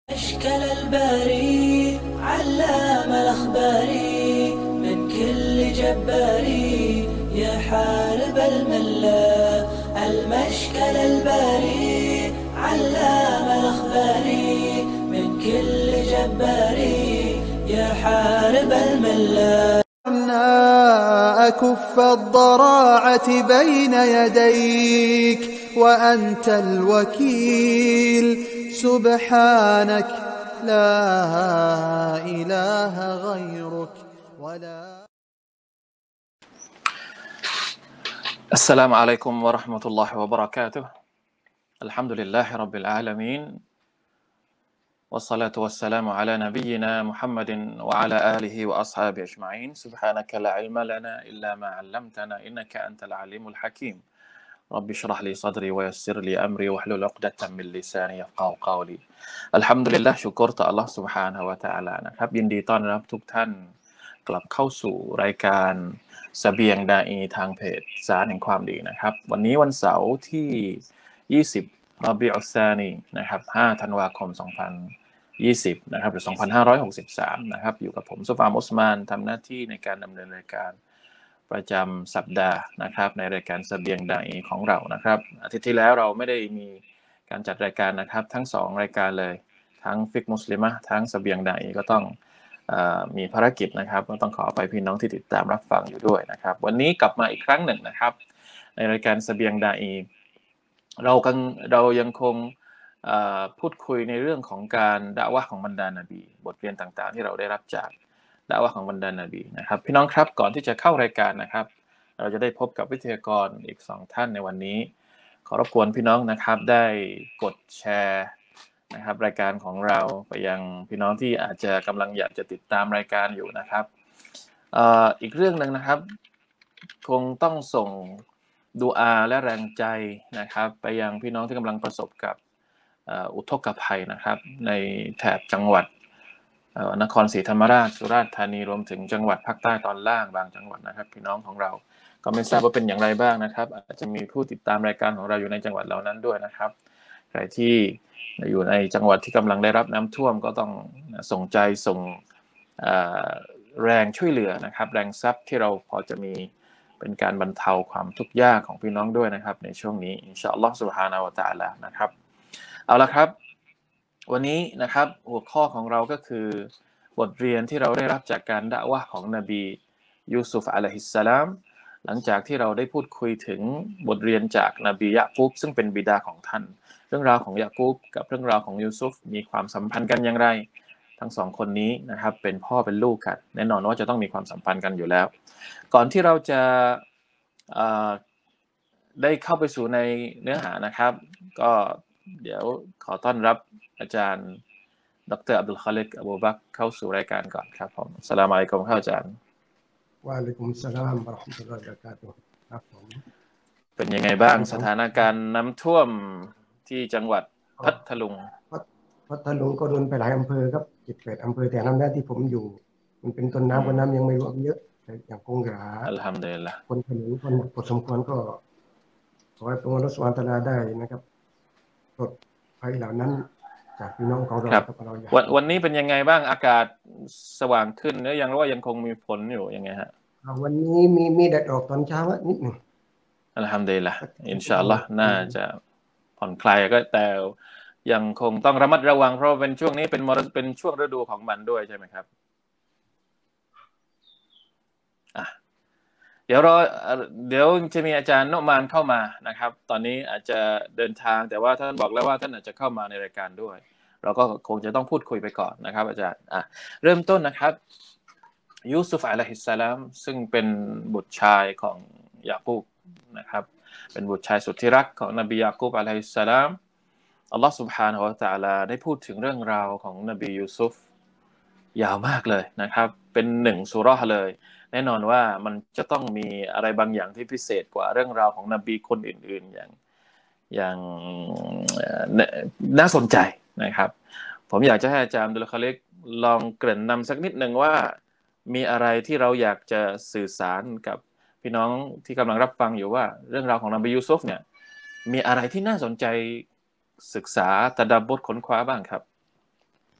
أشكال الباري علام الأخباري من كل جباري يا حارب الملا. المشكل الباري علام الأخباري من كل جباري يا حارب الملا. أكف الضراعة بين يديك وأنت الوكيل سبحانك لا إله غيرك ولا. السلام عليكم ورحمة الله وبركاته. الحمد لله رب العالمين والصلاة والسلام على نبينا محمد وعلى آله وأصحابه أجمعين. سبحانك لا علم لنا إلا ما علمتنا إنك أنت العليم الحكيم. رب اشرح لي صدري ويسر لي أمري واحلل عقدة من لساني يفقهوا قولي.อัลฮัมดุลิลลาห์ชุกรต่อ Allah سبحانه และ تعالى นะครับยินดีต้อนรับทุกท่านกลับเข้าสู่รายการเสบียงดาอีทางเพจสารแห่งความดีนะครับวันนี้วันเสาร์ที่20รอบิอุซานีนะครับ5ธันวาคม2020นะครับหรือ2563นะครับอยู่กับผมซุฟานอุสมานทำหน้าที่ในการดำเนินรายการประจำสัปดาห์นะครับในรายการเสบียงดาอีของเรานะครับอาทิตย์ที่แล้วเราไม่ได้มีการจัดรายการนะครับทั้ง2รายการเลยทั้งฟิกมุสลิมะทั้งเสบียงดาอีก็ต้องมีภารกิจนะครับก็ต้องขอไปพี่น้องที่ติดตามรับฟังอยู่ด้วยนะครับวันนี้กลับมาอีกครั้งหนึ่งนะครับในรายการเสบียงดาอีเรายังคงพูดคุยในเรื่องของการดะอ์วะห์ของบรรดานบีบทเรียนต่างๆที่เราได้รับจากดะอ์วะห์ของบรรดานบีนะครับพี่น้องครับก่อนที่จะเข้ารายการนะครับเราจะได้พบกับวิทยากรอีก2ท่านในวันนี้ขอรบกวนพี่น้องนะครับได้กดแชร์นะครับรายการของเราไปยังพี่น้องที่อาจจะกำลังอยากจะติดตามรายการอยู่นะครับอีกเรื่องนึงนะครับคงต้องส่งดุอาและแรงใจนะครับไปยังพี่น้องที่กำลังประสบกับอุทกภัยนะครับในแถบจังหวัดนครศรีธรรมราชสุราษฎร์ธานีรวมถึงจังหวัดภาคใต้ตอนล่างบางจังหวัดนะครับพี่น้องของเราก็ไม่ทราบว่าเป็นอย่างไรบ้างนะครับอาจจะมีผู้ติดตามรายการของเราอยู่ในจังหวัดเหล่านั้นด้วยนะครับใครที่อยู่ในจังหวัดที่กำลังได้รับน้ำท่วมก็ต้องส่งใจส่งแรงช่วยเหลือนะครับแรงทรัพย์ที่เราพอจะมีเป็นการบรรเทาความทุกข์ยากของพี่น้องด้วยนะครับในช่วงนี้อินชาอัลลอฮฺซุบฮานะฮูวะตะอาลานะครับเอาละครับวันนี้นะครับหัวข้อของเราก็คือบทเรียนที่เราได้รับจากการดะอ์วะห์ของนบียูซุฟอะลัยฮิสสลามหลังจากที่เราได้พูดคุยถึงบทเรียนจากนบียะกูบซึ่งเป็นบิดาของท่านเรื่องราวของยะกูบกับเรื่องราวของยูซุฟมีความสัมพันธ์กันอย่างไรทั้งสองคนนี้นะครับเป็นพ่อเป็นลูกกันแน่นอนว่าจะต้องมีความสัมพันธ์กันอยู่แล้วก่อนที่เราจะได้เข้าไปสู่ในเนื้อหานะครับก็เดี๋ยวขอต้อนรับอาจารย์ดร.อับดุลคอลิก อบูบักรเข้าสู่รายการก่อนครับผมอัสสลามุอะลัยกุมครับอาจารย์วะอะลัยกุมุสสลามวะเราะห์มะตุลลอฮิวะบะเราะกาตุฮ์ครับผมเป็นยังไงบ้างสถานการณ์น้ำท่วมที่จังหวัดพัทลุงพัทลุงก็โดนไปหลายอำเภอครับ7-8อำเภอแต่น้ำที่ผมอยู่มันเป็นต้นน้ำน้ำยังไม่รวมเยอะอย่างกงหราอัลฮัมดุลิลละห์คนถนนคนพอสมควรก็ขอให้พระองค์อัลเลาะห์ซุบฮานะฮูวะตะอาลาได้นะครับปลดภัยเหล่านั้นจากพี่น้องของเราครับวันนี้เป็นยังไงบ้างอากาศสว่างขึ้นหรือยังว่ายังคงมีฝนอยู่ยังไงฮะวันนี้มีแดดออกตอนเช้านิดหนึ่งอัลฮัมดุลิลละห์อินชาอัลลอฮ์น่าจะผ่อนคลายก็แต่ยังคงต้องระมัดระวังเพราะเป็นช่วงนี้เป็นช่วงฤดูของมันด้วยใช่ไหมครับเดี๋ยวจะมีอาจารย์นุมานเข้ามานะครับตอนนี้อาจจะเดินทางแต่ว่าท่านบอกแล้วว่าท่านอาจจะเข้ามาในรายการด้วยเราก็คงจะต้องพูดคุยไปก่อนนะครับอาจารย์เริ่มต้นนะครับยูซุฟอะลัยฮิสสลามซึ่งเป็นบุตรชายของยากูบนะครับเป็นบุตรชายสุดที่รักของนบียากูบอะลัยฮิสสลามอัลลอฮฺซุบฮานะฮูวะตะอาลาได้พูดถึงเรื่องราวของนบียูซุฟยาวมากเลยนะครับเป็น1ซูเราะห์เลยแน่นอนว่ามันจะต้องมีอะไรบางอย่างที่พิเศษกว่าเรื่องราวของนบีคนอื่นๆอย่างน่าสนใจนะครับผมอยากจะให้อาจารย์อับดุลคอลิกลองเกริ่นนำสักนิดหนึ่งว่ามีอะไรที่เราอยากจะสื่อสารกับพี่น้องที่กำลังรับฟังอยู่ว่าเรื่องราวของนบียูซุฟเนี่ยมีอะไรที่น่าสนใจศึกษาตะดับบุรค้นคว้าบ้างครับ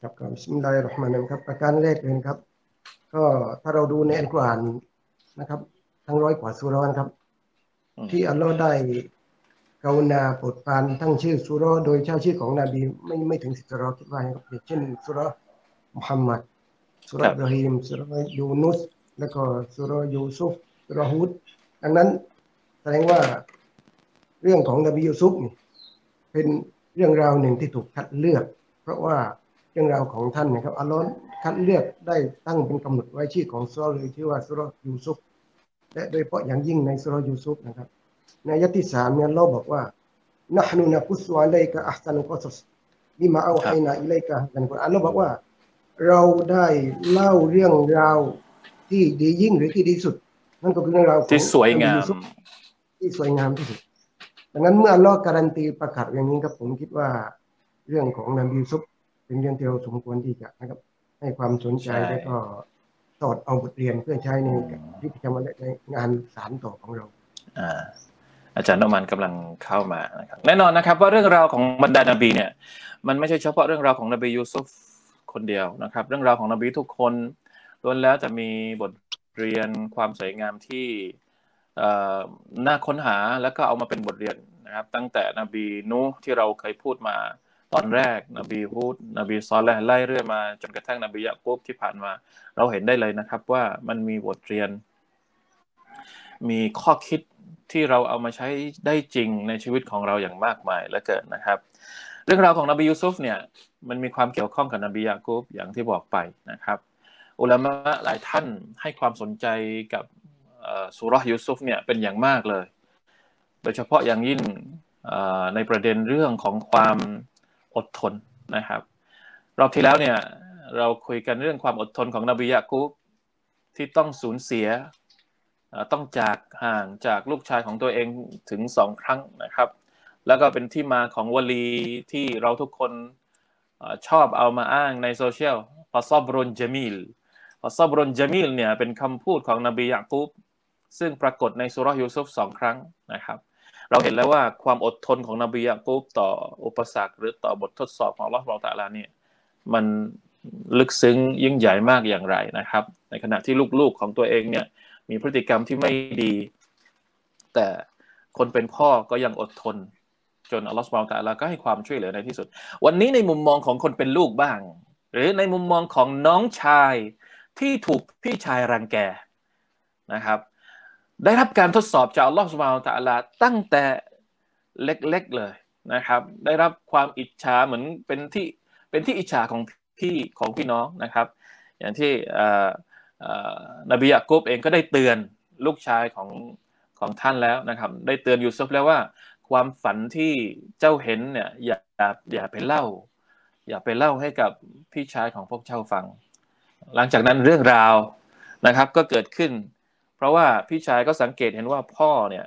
ครับก็บิสมิลลาฮิรเราะห์มานิรเราะฮีมครับประการแรกเลยครับก็ถ้าเราดูในอัลกุรอานนะครับทั้ง100 กว่าซูเราะห์นะครับที่อัลเลาะห์ได้กรุณาโปรดปรานทั้งชื่อซูเราะห์โดยชื่อของนบีไม่ถึง10 ซูเราะห์คิดว่าครับเช่นซูเราะห์มุฮัมมัดซูเราะห์อิบราฮิมซูเราะห์ยูนุสแล้วก็ซูเราะห์ยูซุฟซูเราะห์ฮูดดังนั้นแสดงว่าเรื่องของนบียูซุฟนี่เป็นเรื่องราวหนึ่งที่ถูกคัดเลือกเพราะว่าเรื่องราวของท่านนะครับอัลเลาะห์คัดเลือกได้ตั้งเป็นกำหนดไว้ชื่อของซูเราะห์เลยชื่อว่าซูเราะห์ยูซุฟและโดยเฉพาะอย่างยิ่งในซูเราะห์ยูซุฟนะครับในอายะที่3เนี่ยอัลเลาะห์บอกว่านะห์นูนะกุสอะลัยกะอัห์ซะนุลกอซัสบิมาเอาฮัยนาอิลัยกะอัลกุรอานอัลเลาะห์บอกว่าเราได้เล่าเรื่องราวที่ดียิ่งหรือที่ดีสุดนั่นก็คือเรื่องราวที่สวยงามที่สวยงามที่สุดดังนั้นเมื่ออัลเลาะห์การันตีประกาศอย่างนี้ครับผมคิดว่าเรื่องของนบียูซุฟเป็นเรื่องที่เราสมควรที่จะนะครับให้ความสนใจและก็สอดเอาบทเรียนเพื่อใช้ในชีวิตประจำวันในงานสานต่อของเราอาจารย์นมันกำลังเข้ามานะครับแน่นอนนะครับว่าเรื่องราวของบรรดานบีเนี่ยมันไม่ใช่เฉพาะเรื่องราวของนบียูซุฟคนเดียวนะครับเรื่องราวของนบีทุกคนล้วนแล้วจะมีบทเรียนความสวยงามที่น่าค้นหาแล้วก็เอามาเป็นบทเรียนนะครับตั้งแต่นบีนูห์ที่เราเคยพูดมาตอนแรกนบีฮูดนบีซอเลห์ไล่เรื่อยมาจนกระทั่งนบียะกูบที่ผ่านมาเราเห็นได้เลยนะครับว่ามันมีบทเรียนมีข้อคิดที่เราเอามาใช้ได้จริงในชีวิตของเราอย่างมากมายเหลือเกินนะครับเรื่องราวของนบียูซุฟเนี่ยมันมีความเกี่ยวข้องกับนบียะกูบอย่างที่บอกไปนะครับอุลามะหลายท่านให้ความสนใจกับซูเราะห์ยูซุฟเนี่ยเป็นอย่างมากเลยโดยเฉพาะอย่างยิ่งในประเด็นเรื่องของความอดทนนะครับรอบที่แล้วเนี่ยเราคุยกันเรื่องความอดทนของนบียะกูบที่ต้องสูญเสียต้องจากห่างจากลูกชายของตัวเองถึง2 ครั้งนะครับแล้วก็เป็นที่มาของวลีที่เราทุกคนชอบเอามาอ้างในโซเชียลฟะซอบรุนญะมีลฟะซอบรุนญะมีลเนี่ยเป็นคำพูดของนบียะกูบซึ่งปรากฏในซูเราะห์ยูซุฟ2 ครั้งนะครับเราเห็นแล้วว่าความอดทนของนบียะกูบต่ออุปสรรคหรือต่อบททดสอบของอัลเลาะห์ซุบฮานะฮูวะตะอาลาเนี่ยมันลึกซึ้งยิ่งใหญ่มากอย่างไรนะครับในขณะที่ลูกๆของตัวเองเนี่ยมีพฤติกรรมที่ไม่ดีแต่คนเป็นพ่อก็ยังอดทนจนอัลเลาะห์ซุบฮานะฮูวะตะอาลาก็ให้ความช่วยเหลือในที่สุดวันนี้ในมุมมองของคนเป็นลูกบ้างหรือในมุมมองของน้องชายที่ถูกพี่ชายรังแกนะครับได้รับการทดสอบจากอัลเลาะห์ซุบฮานะฮูวะตะอาลาตั้งแต่เล็กๆเลยนะครับได้รับความอิจฉาเหมือนเป็นที่อิจฉาของพี่น้องนะครับอย่างที่นบียะกูบเองก็ได้เตือนลูกชายของท่านแล้วนะครับได้เตือนยูซุฟแล้วว่าความฝันที่เจ้าเห็นเนี่ยอย่าไปเล่าให้กับพี่ชายของพวกเจ้าฟังหลังจากนั้นเรื่องราวนะครับก็เกิดขึ้นเพราะว่าพี่ชายก็สังเกตเห็นว่าพ่อเนี่ย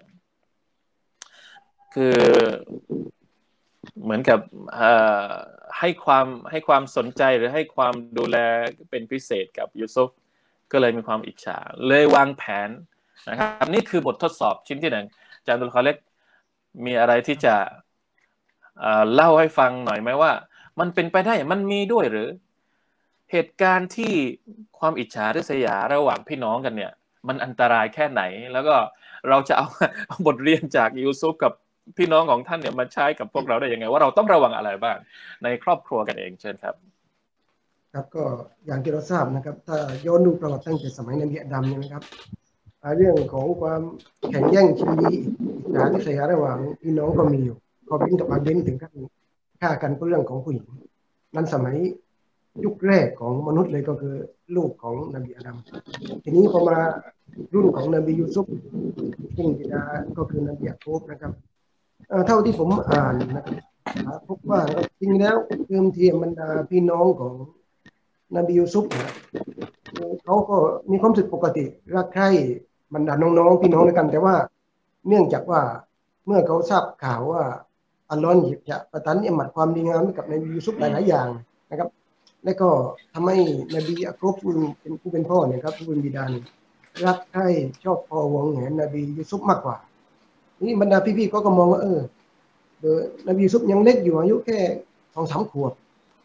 คือเหมือนกับให้ความสนใจหรือให้ความดูแลเป็นพิเศษกับยูซุฟก็เลยมีความอิจฉาเลยวางแผนนะครับนี่คือบททดสอบชิ้นที่1อาจารย์ดุลคอเล็กมีอะไรที่จะเล่าให้ฟังหน่อยไหมว่ามันเป็นไปได้มันมีด้วยหรือเหตุการณ์ที่ความอิจฉาริษยาระหว่างพี่น้องกันเนี่ยมันอันตรายแค่ไหนแล้วก็เราจะเอาบทเรียนจากยูซุฟกับพี่น้องของท่านเนี่ยมาใช้กับพวกเราได้ยังไงว่าเราต้องระวังอะไรบ้างในครอบครัวกันเองเชิญครับครับก็อย่างที่เราทราบนะครับถ้าย้อนดูประวัติตั้งแต่สมัยนบีอาดัมเนี่ยนะครับเรื่องของความแข่งแย่งชิงดีอิจฉาริษยาระหว่างพี่น้องก็มีอยู่พอบินกับอาเบนถึงขั้นฆ่ากันเพราะเรื่องของผู้หญิงนั้นสมัยยุคแรกของมนุษย์เลยก็คือลูกของนบีอาดัมทีนี้พอมารุ่นของนบียูซุฟซึ่งบิดาก็คือนบียะกูบนะครับเท่าที่ผมอ่านนะครับพบว่าจริงแล้วเดิมทีบรรดาพี่น้องของนบียูซุฟเขาก็มีความรู้สึกปกติรักใคร่บรรดาน้องๆพี่น้องด้วยกันแต่ว่าเนื่องจากว่าเมื่อเขาทราบข่าวว่าอัลลอฮ์จะประทานนิมัตความดีงามให้กับนบียูซุฟหลายๆอย่างนะครับและก็ทำให้นบียะกูบเป็นผู้เป็นพ่อเนี่ยครับผู้เป็นบิดารักใคร่ชอบพอหวงแหนนบียูซุฟมากกว่านี่บรรดาพี่ๆก็มองว่านบียูซุฟยังเล็กอยู่อายุแค่ 2-3 ขวบ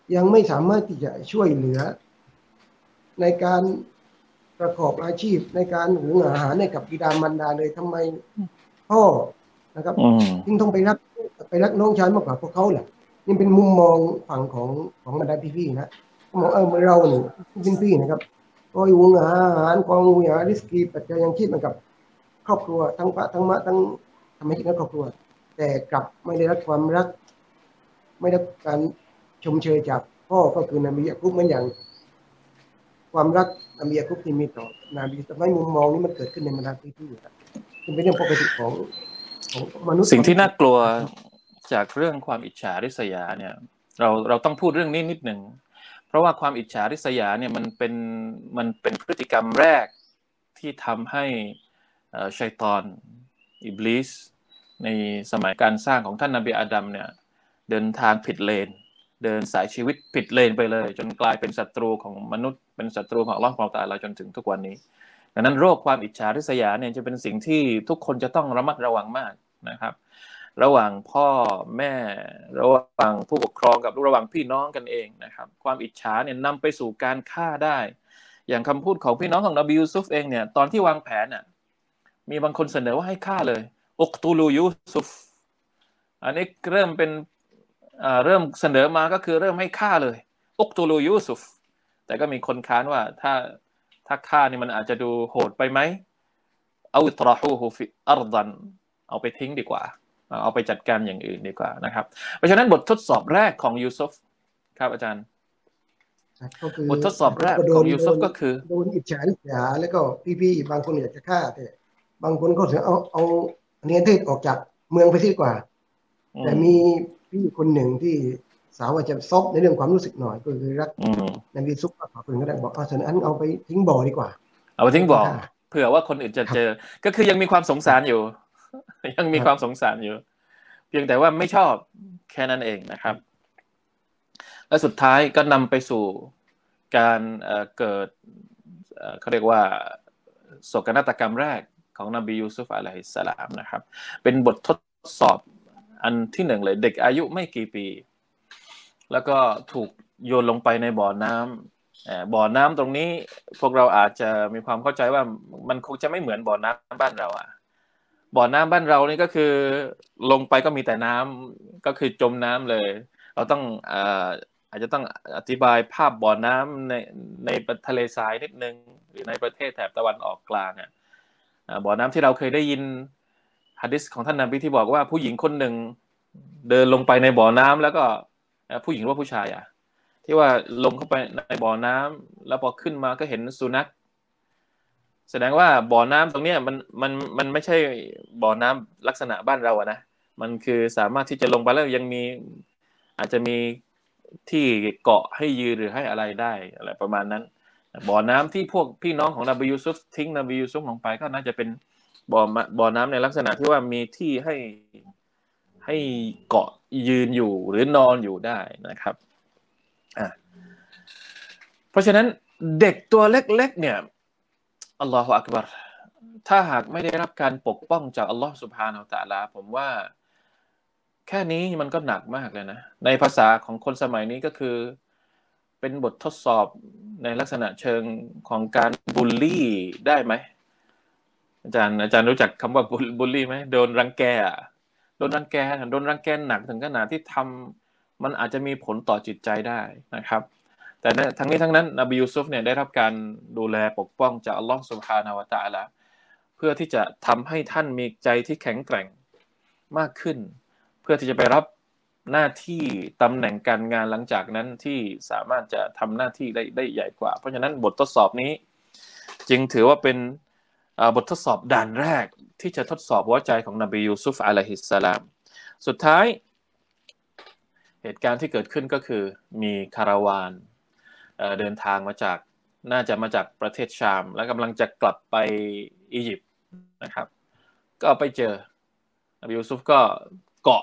ยังไม่สามารถที่จะช่วยเหลือในการประกอบอาชีพในการหุงอาหารให้กับบิดามารดาเลยทำไมพ่อนะครับจึงต้องไปรักน้องชายมากกว่าพวกเขาแหละนี่เป็นมุมมองฝั่งของบรรดาพี่ๆนะมองเราเนี่ยเป็นพี่นะครับคอยหุงอาหารคอยหุงหาริสกีปัจจัยยังชีพมันกับครอบครัวทั้งพระทั้งมะทั้งทำให้กินทั้งครอบครัวแต่กลับไม่ได้รับความรักไม่ได้การชมเชยจากพ่อก็คือนบียะกุบเหมือนอย่างความรักนบียะกุบที่มีต่อนบีทำให้มุมมองนี้มันเกิดขึ้นในบรรดาพี่ๆครับเป็นเรื่องปกติของมนุษย์สิ่งที่น่ากลัวจากเรื่องความอิจฉาริษยาเนี่ยเราต้องพูดเรื่องนี้นิดหนึ่งเพราะว่าความอิจฉาริษยาเนี่ยมันเป็นพฤติกรรมแรกที่ทำให้ชัยฏอนอิบลิสในสมัยการสร้างของท่านนบีอาดัมเนี่ยเดินทางผิดเลนเดินสายชีวิตผิดเลนไปเลยจนกลายเป็นศัตรูของมนุษย์เป็นศัตรูของอัลเลาะห์ซุบฮานะฮูวะตะอาลาจนถึงทุกวันนี้ดังนั้นโรคความอิจฉาริษยาเนี่ยจะเป็นสิ่งที่ทุกคนจะต้องระมัดระวังมากนะครับระหว่างพ่อแม่ระหว่างผู้ปกครองกับระหว่างพี่น้องกันเองนะครับความอิจฉาเนี่ยนำไปสู่การฆ่าได้อย่างคำพูดของพี่น้องของนบียูซุฟเองเนี่ยตอนที่วางแผนน่ะมีบางคนเสนอว่าให้ฆ่าเลยอุกตูลูยูซุฟอันนี้เริ่มเสนอมาก็คือเริ่มให้ฆ่าเลยอุกตูลูยูซุฟแต่ก็มีคนค้านว่าถ้าฆ่านี่มันอาจจะดูโหดไปไหมเอาตราฮูฮูฟิอัรดันเอาไปทิ้งดีกว่าเอาไปจัดการอย่างอื่นดีกว่านะครับเพราะฉะนั้นบททดสอบแรกของยูซุฟครับอาจารย์บททดสอบแรกของยูซุฟก็คือโดนอิจฉาริษยาแล้วก็พี่ๆบางคนอยากจะฆ่าแต่บางคนก็เสียเอาเนียเทศออกจากเมืองไปดีกว่าแต่มีพี่คนหนึ่งที่สาวว่าจะซบในเรื่องความรู้สึกหน่อยก็คือรักนบีซุฟก็ขอคนก็ได้บอกฉะนั้นเอาไปทิ้งบ่อดีกว่าเอาไปทิ้งบ่อเผื่อว่าคนอื่นจะเจอก็คือยังมีความสงสารอยู่ยังมีความสงสารอยู่เพียงแต่ว่าไม่ชอบแค่นั้นเองนะครับและสุดท้ายก็นำไปสู่การเกิดเขาเรียกว่าโศกนาฏกรรมแรกของนบียูซุฟอะลัยฮิสสลามนะครับเป็นบททดสอบอันที่หนึ่งเลยเด็กอายุไม่กี่ปีแล้วก็ถูกโยนลงไปในบ่อน้ำบ่อน้ำตรงนี้พวกเราอาจจะมีความเข้าใจว่ามันคงจะไม่เหมือนบ่อน้ำบ้านเราบ่อน้ำบ้านเรานี่ก็คือลงไปก็มีแต่น้ำก็คือจมน้ำเลยเราต้องอาจจะต้องอธิบายภาพบ่อน้ำในทะเลทรายนิดนึงหรือในประเทศแถบตะวันออกกลางบ่อน้ำที่เราเคยได้ยินหะดีษของท่านนบีที่บอกว่าผู้หญิงคนหนึ่งเดินลงไปในบ่อน้ำแล้วก็ผู้หญิงหรือว่าผู้ชายที่ว่าลงเข้าไปในบ่อน้ำแล้วพอขึ้นมาก็เห็นสุนัขแสดงว่าบ่อน้ำตรงนี้มันไม่ใช่บ่อน้ำลักษณะบ้านเรานะมันคือสามารถที่จะลงไปแล้วยังมีอาจจะมีที่เกาะให้ยืนหรือให้อะไรได้อะไรประมาณนั้นบ่อน้ำที่พวกพี่น้องของนบียูซุฟทิ้งนบียูซุฟลงไปก็น่าจะเป็นบ่อน้ำในลักษณะที่ว่ามีที่ให้เกาะยืนอยู่หรือนอนอยู่ได้นะครับเพราะฉะนั้นเด็กตัวเล็กๆเนี่ยอัลลอฮฺอักบัรถ้าหากไม่ได้รับการปกป้องจากอัลลอฮฺซุบฮานะฮูวะตะอาลาผมว่าแค่นี้มันก็หนักมากเลยนะในภาษาของคนสมัยนี้ก็คือเป็นบททดสอบในลักษณะเชิงของการบูลลี่ได้ไหมอาจารย์รู้จักคำว่าบูลลี่ไหมโดนรังแกโดนรังแกหนักถึงขนาดที่ทำมันอาจจะมีผลต่อจิตใจได้นะครับแต่ทั้งนี้ทั้งนั้นนบียูซุฟเนี่ยได้รับการดูแลปกป้องจากอัลลอฮฺซุบฮานะฮูวะตะอาลาเพื่อที่จะทำให้ท่านมีใจที่แข็งแกร่งมากขึ้นเพื่อที่จะไปรับหน้าที่ตำแหน่งการงานหลังจากนั้นที่สามารถจะทำหน้าที่ได้ใหญ่กว่าเพราะฉะนั้นบททดสอบนี้จึงถือว่าเป็นบททดสอบด่านแรกที่จะทดสอบหัวใจของนบียูซุฟอะลัยฮิสสลามสุดท้ายเหตุการณ์ที่เกิดขึ้นก็คือมีคาราวานเดินทางน่าจะมาจากประเทศชามและกำลังจะกลับไปอียิปต์นะครับก็ไปเจอนบียูซุฟก็เกาะ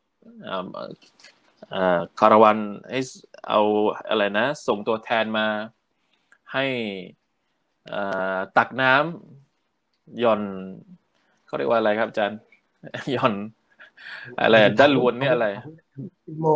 คาราวานให้เอาอะไรนะส่งตัวแทนมาให้ตักน้ำหย่อนเขาเรียกว่าอะไรครับอาจารย์หย่อนอะไรด้านล้วนนี่อะไร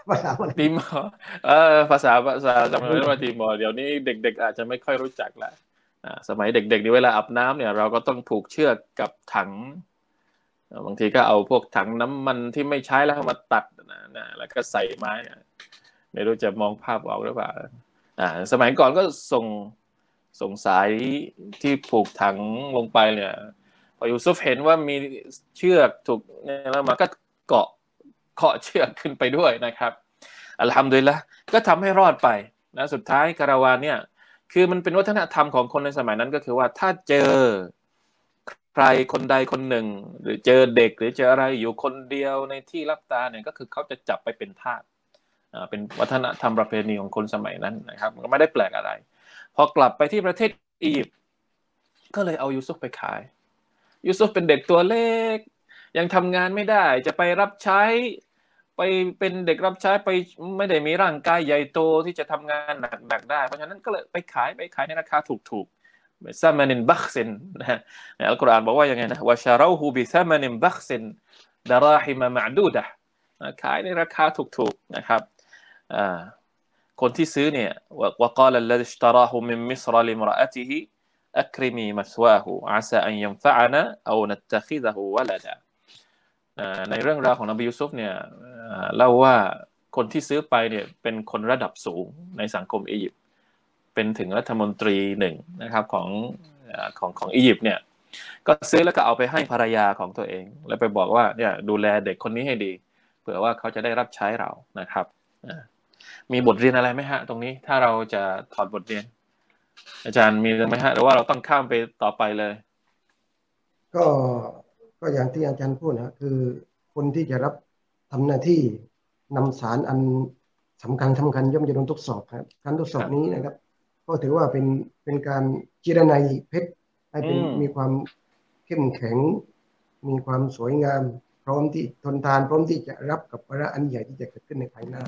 ภาษาอะไรติมอร์ภาษาจำไม่ได้ว่าติมอร์เดี๋ยวนี้เด็กๆอาจจะไม่ค่อยรู้จักละสมัยเด็กๆนี่เวลาอาบน้ำเนี่ยเราก็ต้องผูกเชือกกับถังบางทีก็เอาพวกถังน้ำมันที่ไม่ใช้แล้วมาตัดแล้วก็ใส่ไม้ไม่รู้จะมองภาพออกหรือเปล่าสมัยก่อนก็ส่งสายที่ผูกถังลงไปเนี่ยพอยูซุฟเห็นว่ามีเชือกถูกเนี่ยแล้วมาก็เกาะเชือกขึ้นไปด้วยนะครับอัลฮัมดุลิลละห์ก็ทำให้รอดไปนะสุดท้ายคาราวานเนี่ยคือมันเป็นวัฒนธรรมของคนในสมัยนั้นก็คือว่าถ้าเจอใครคนใดคนหนึ่งหรือเจอเด็กหรือเจออะไรอยู่คนเดียวในที่ลับตาเนี่ยก็คือเขาจะจับไปเป็นทาสเป็นวัฒนธรรมประเพณีของคนสมัยนั้นนะครับมันก็ไม่ได้แปลกอะไรพอกลับไปที่ประเทศอียิปต์ก็เลยเอายูซุฟไปขายยูซุฟเป็นเด็กตัวเล็กยังทำงานไม่ได้จะไปรับใช้ไปเป็นเด็กรับใช้ไปไม่ได้มีร่างกายใหญ่โตที่จะทำงานหนักๆได้เพราะฉะนั้นก็เลยไปขายในราคาถูกๆซามานินบัคซินนะในอัลกุรอานบอกว่ายังไงนะวะชาเราฮูบิซามานินบัคซินดาราฮิมะมะดูดะขายในราคาถูกๆนะครับคนที่ซื้อเนี่ยวะกาลัลลซิอิชตาราฮูมินมิศรลิมรออะติฮิอัคริมีมัสวาฮูอาซาอันยันฟะอะนะเอานัตตะคิซะฮูวะลาดะในเรื่องราวของนบียูซุฟเนี่ยเล่าว่าคนที่ซื้อไปเนี่ยเป็นคนระดับสูงในสังคมอียิปต์เป็นถึงรัฐมนตรีหนึ่งนะครับของอียิปต์เนี่ยก็ซื้อแล้วก็เอาไปให้ภรรยาของตัวเองแล้วไปบอกว่าเนี่ยดูแลเด็กคนนี้ให้ดีเผื่อว่าเขาจะได้รับใช้เรานะครับมีบทเรียนอะไรไหมฮะตรงนี้ถ้าเราจะถอดบทเรียนอาจารย์มีไหมฮะหรือว่าเราต้องข้ามไปต่อไปเลยก็อย่างที่อาจารย์พูดนะคือคนที่จะรับทำหน้าที่นำสารอันสำคัญย่อมจะโดนทดสอบครับการทดสอบนี้นะครับก็ถือว่าเป็นการเจรไนเพชรให้เป็นมีความเข้มแข็งมีความสวยงามพร้อมที่ทนทานพร้อมที่จะรับกับภาระอันใหญ่ที่จะเกิดขึ้นในภายหน้า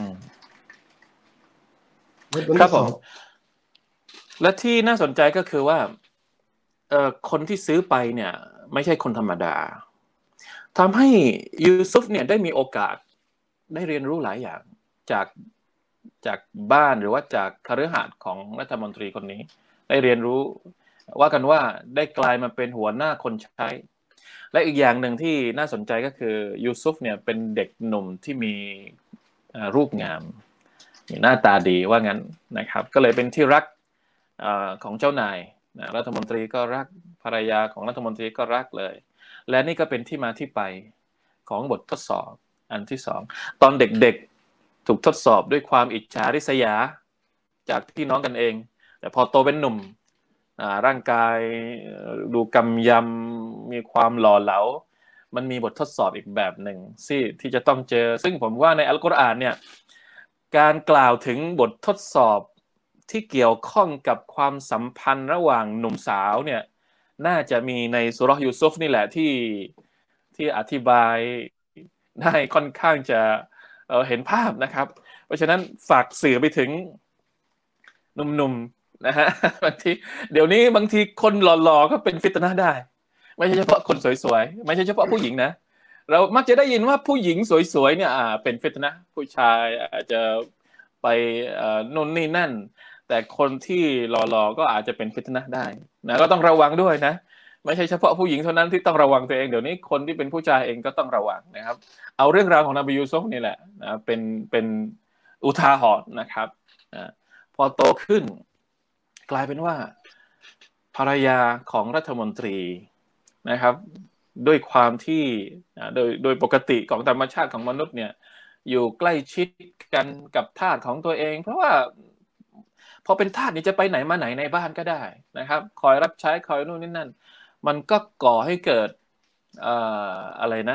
ครับผมและที่น่าสนใจก็คือว่าคนที่ซื้อไปเนี่ยไม่ใช่คนธรรมดาทำให้ยูซุฟเนี่ยได้มีโอกาสได้เรียนรู้หลายอย่างจากบ้านหรือว่าจากคฤหาสน์ของรัฐมนตรีคนนี้ได้เรียนรู้ว่ากันว่าได้กลายมาเป็นหัวหน้าคนใช้และอีกอย่างหนึ่งที่น่าสนใจก็คือยูซุฟเนี่ยเป็นเด็กหนุ่มที่มีรูปงามมีหน้าตาดีว่างั้นนะครับก็เลยเป็นที่รักของเจ้านายรัฐมนตรีก็รักภรรยาของรัฐมนตรีก็รักเลยและนี่ก็เป็นที่มาที่ไปของบททดสอบอันที่สองตอนเด็กๆถูกทดสอบด้วยความอิจฉาริษยาจากพี่น้องกันเองแต่พอโตเป็นหนุ่มร่างกายดูกำยำมีความหล่อเหลามันมีบททดสอบอีกแบบหนึ่งที่จะต้องเจอซึ่งผมว่าในอัลกุรอานเนี่ยการกล่าวถึงบททดสอบที่เกี่ยวข้องกับความสัมพันธ์ระหว่างหนุ่มสาวเนี่ยน่าจะมีในสุเราะห์ยูซุฟนี่แหละที่อธิบายได้ค่อนข้างจะเห็นภาพนะครับเพราะฉะนั้นฝากสื่อไปถึงหนุ่มๆนะฮะบางทีเดี๋ยวนี้บางทีคนหล่อๆก็เป็นฟิตนะห์ได้ไม่ใช่เฉพาะคนสวยๆไม่ใช่เฉพาะผู้หญิงนะเรามักจะได้ยินว่าผู้หญิงสวยๆเนี่ยเป็นฟิตนะห์ผู้ชายอาจจะไปนู่นนี่นั่นแต่คนที่หล่อๆก็อาจจะเป็นฟิตนะห์ได้นะก็ต้องระวังด้วยนะไม่ใช่เฉพาะผู้หญิงเท่านั้นที่ต้องระวังตัวเองเดี๋ยวนี้คนที่เป็นผู้ชายเองก็ต้องระวังนะครับเอาเรื่องราวของนบียูซุฟนี่แหละนะเป็นอุทาหรณ์นะครับพอโตขึ้นกลายเป็นว่าภรรยาของรัฐมนตรีนะครับด้วยความที่โดยปกติของธรรมชาติของมนุษย์เนี่ยอยู่ใกล้ชิดกันกับทาสของตัวเองเพราะว่าพอเป็นทาสนี่จะไปไหนมาไหนในบ้านก็ได้นะครับคอยรับใช้คอยนู่นนี่นั่นมันก็ก่อให้เกิดอะไรนะ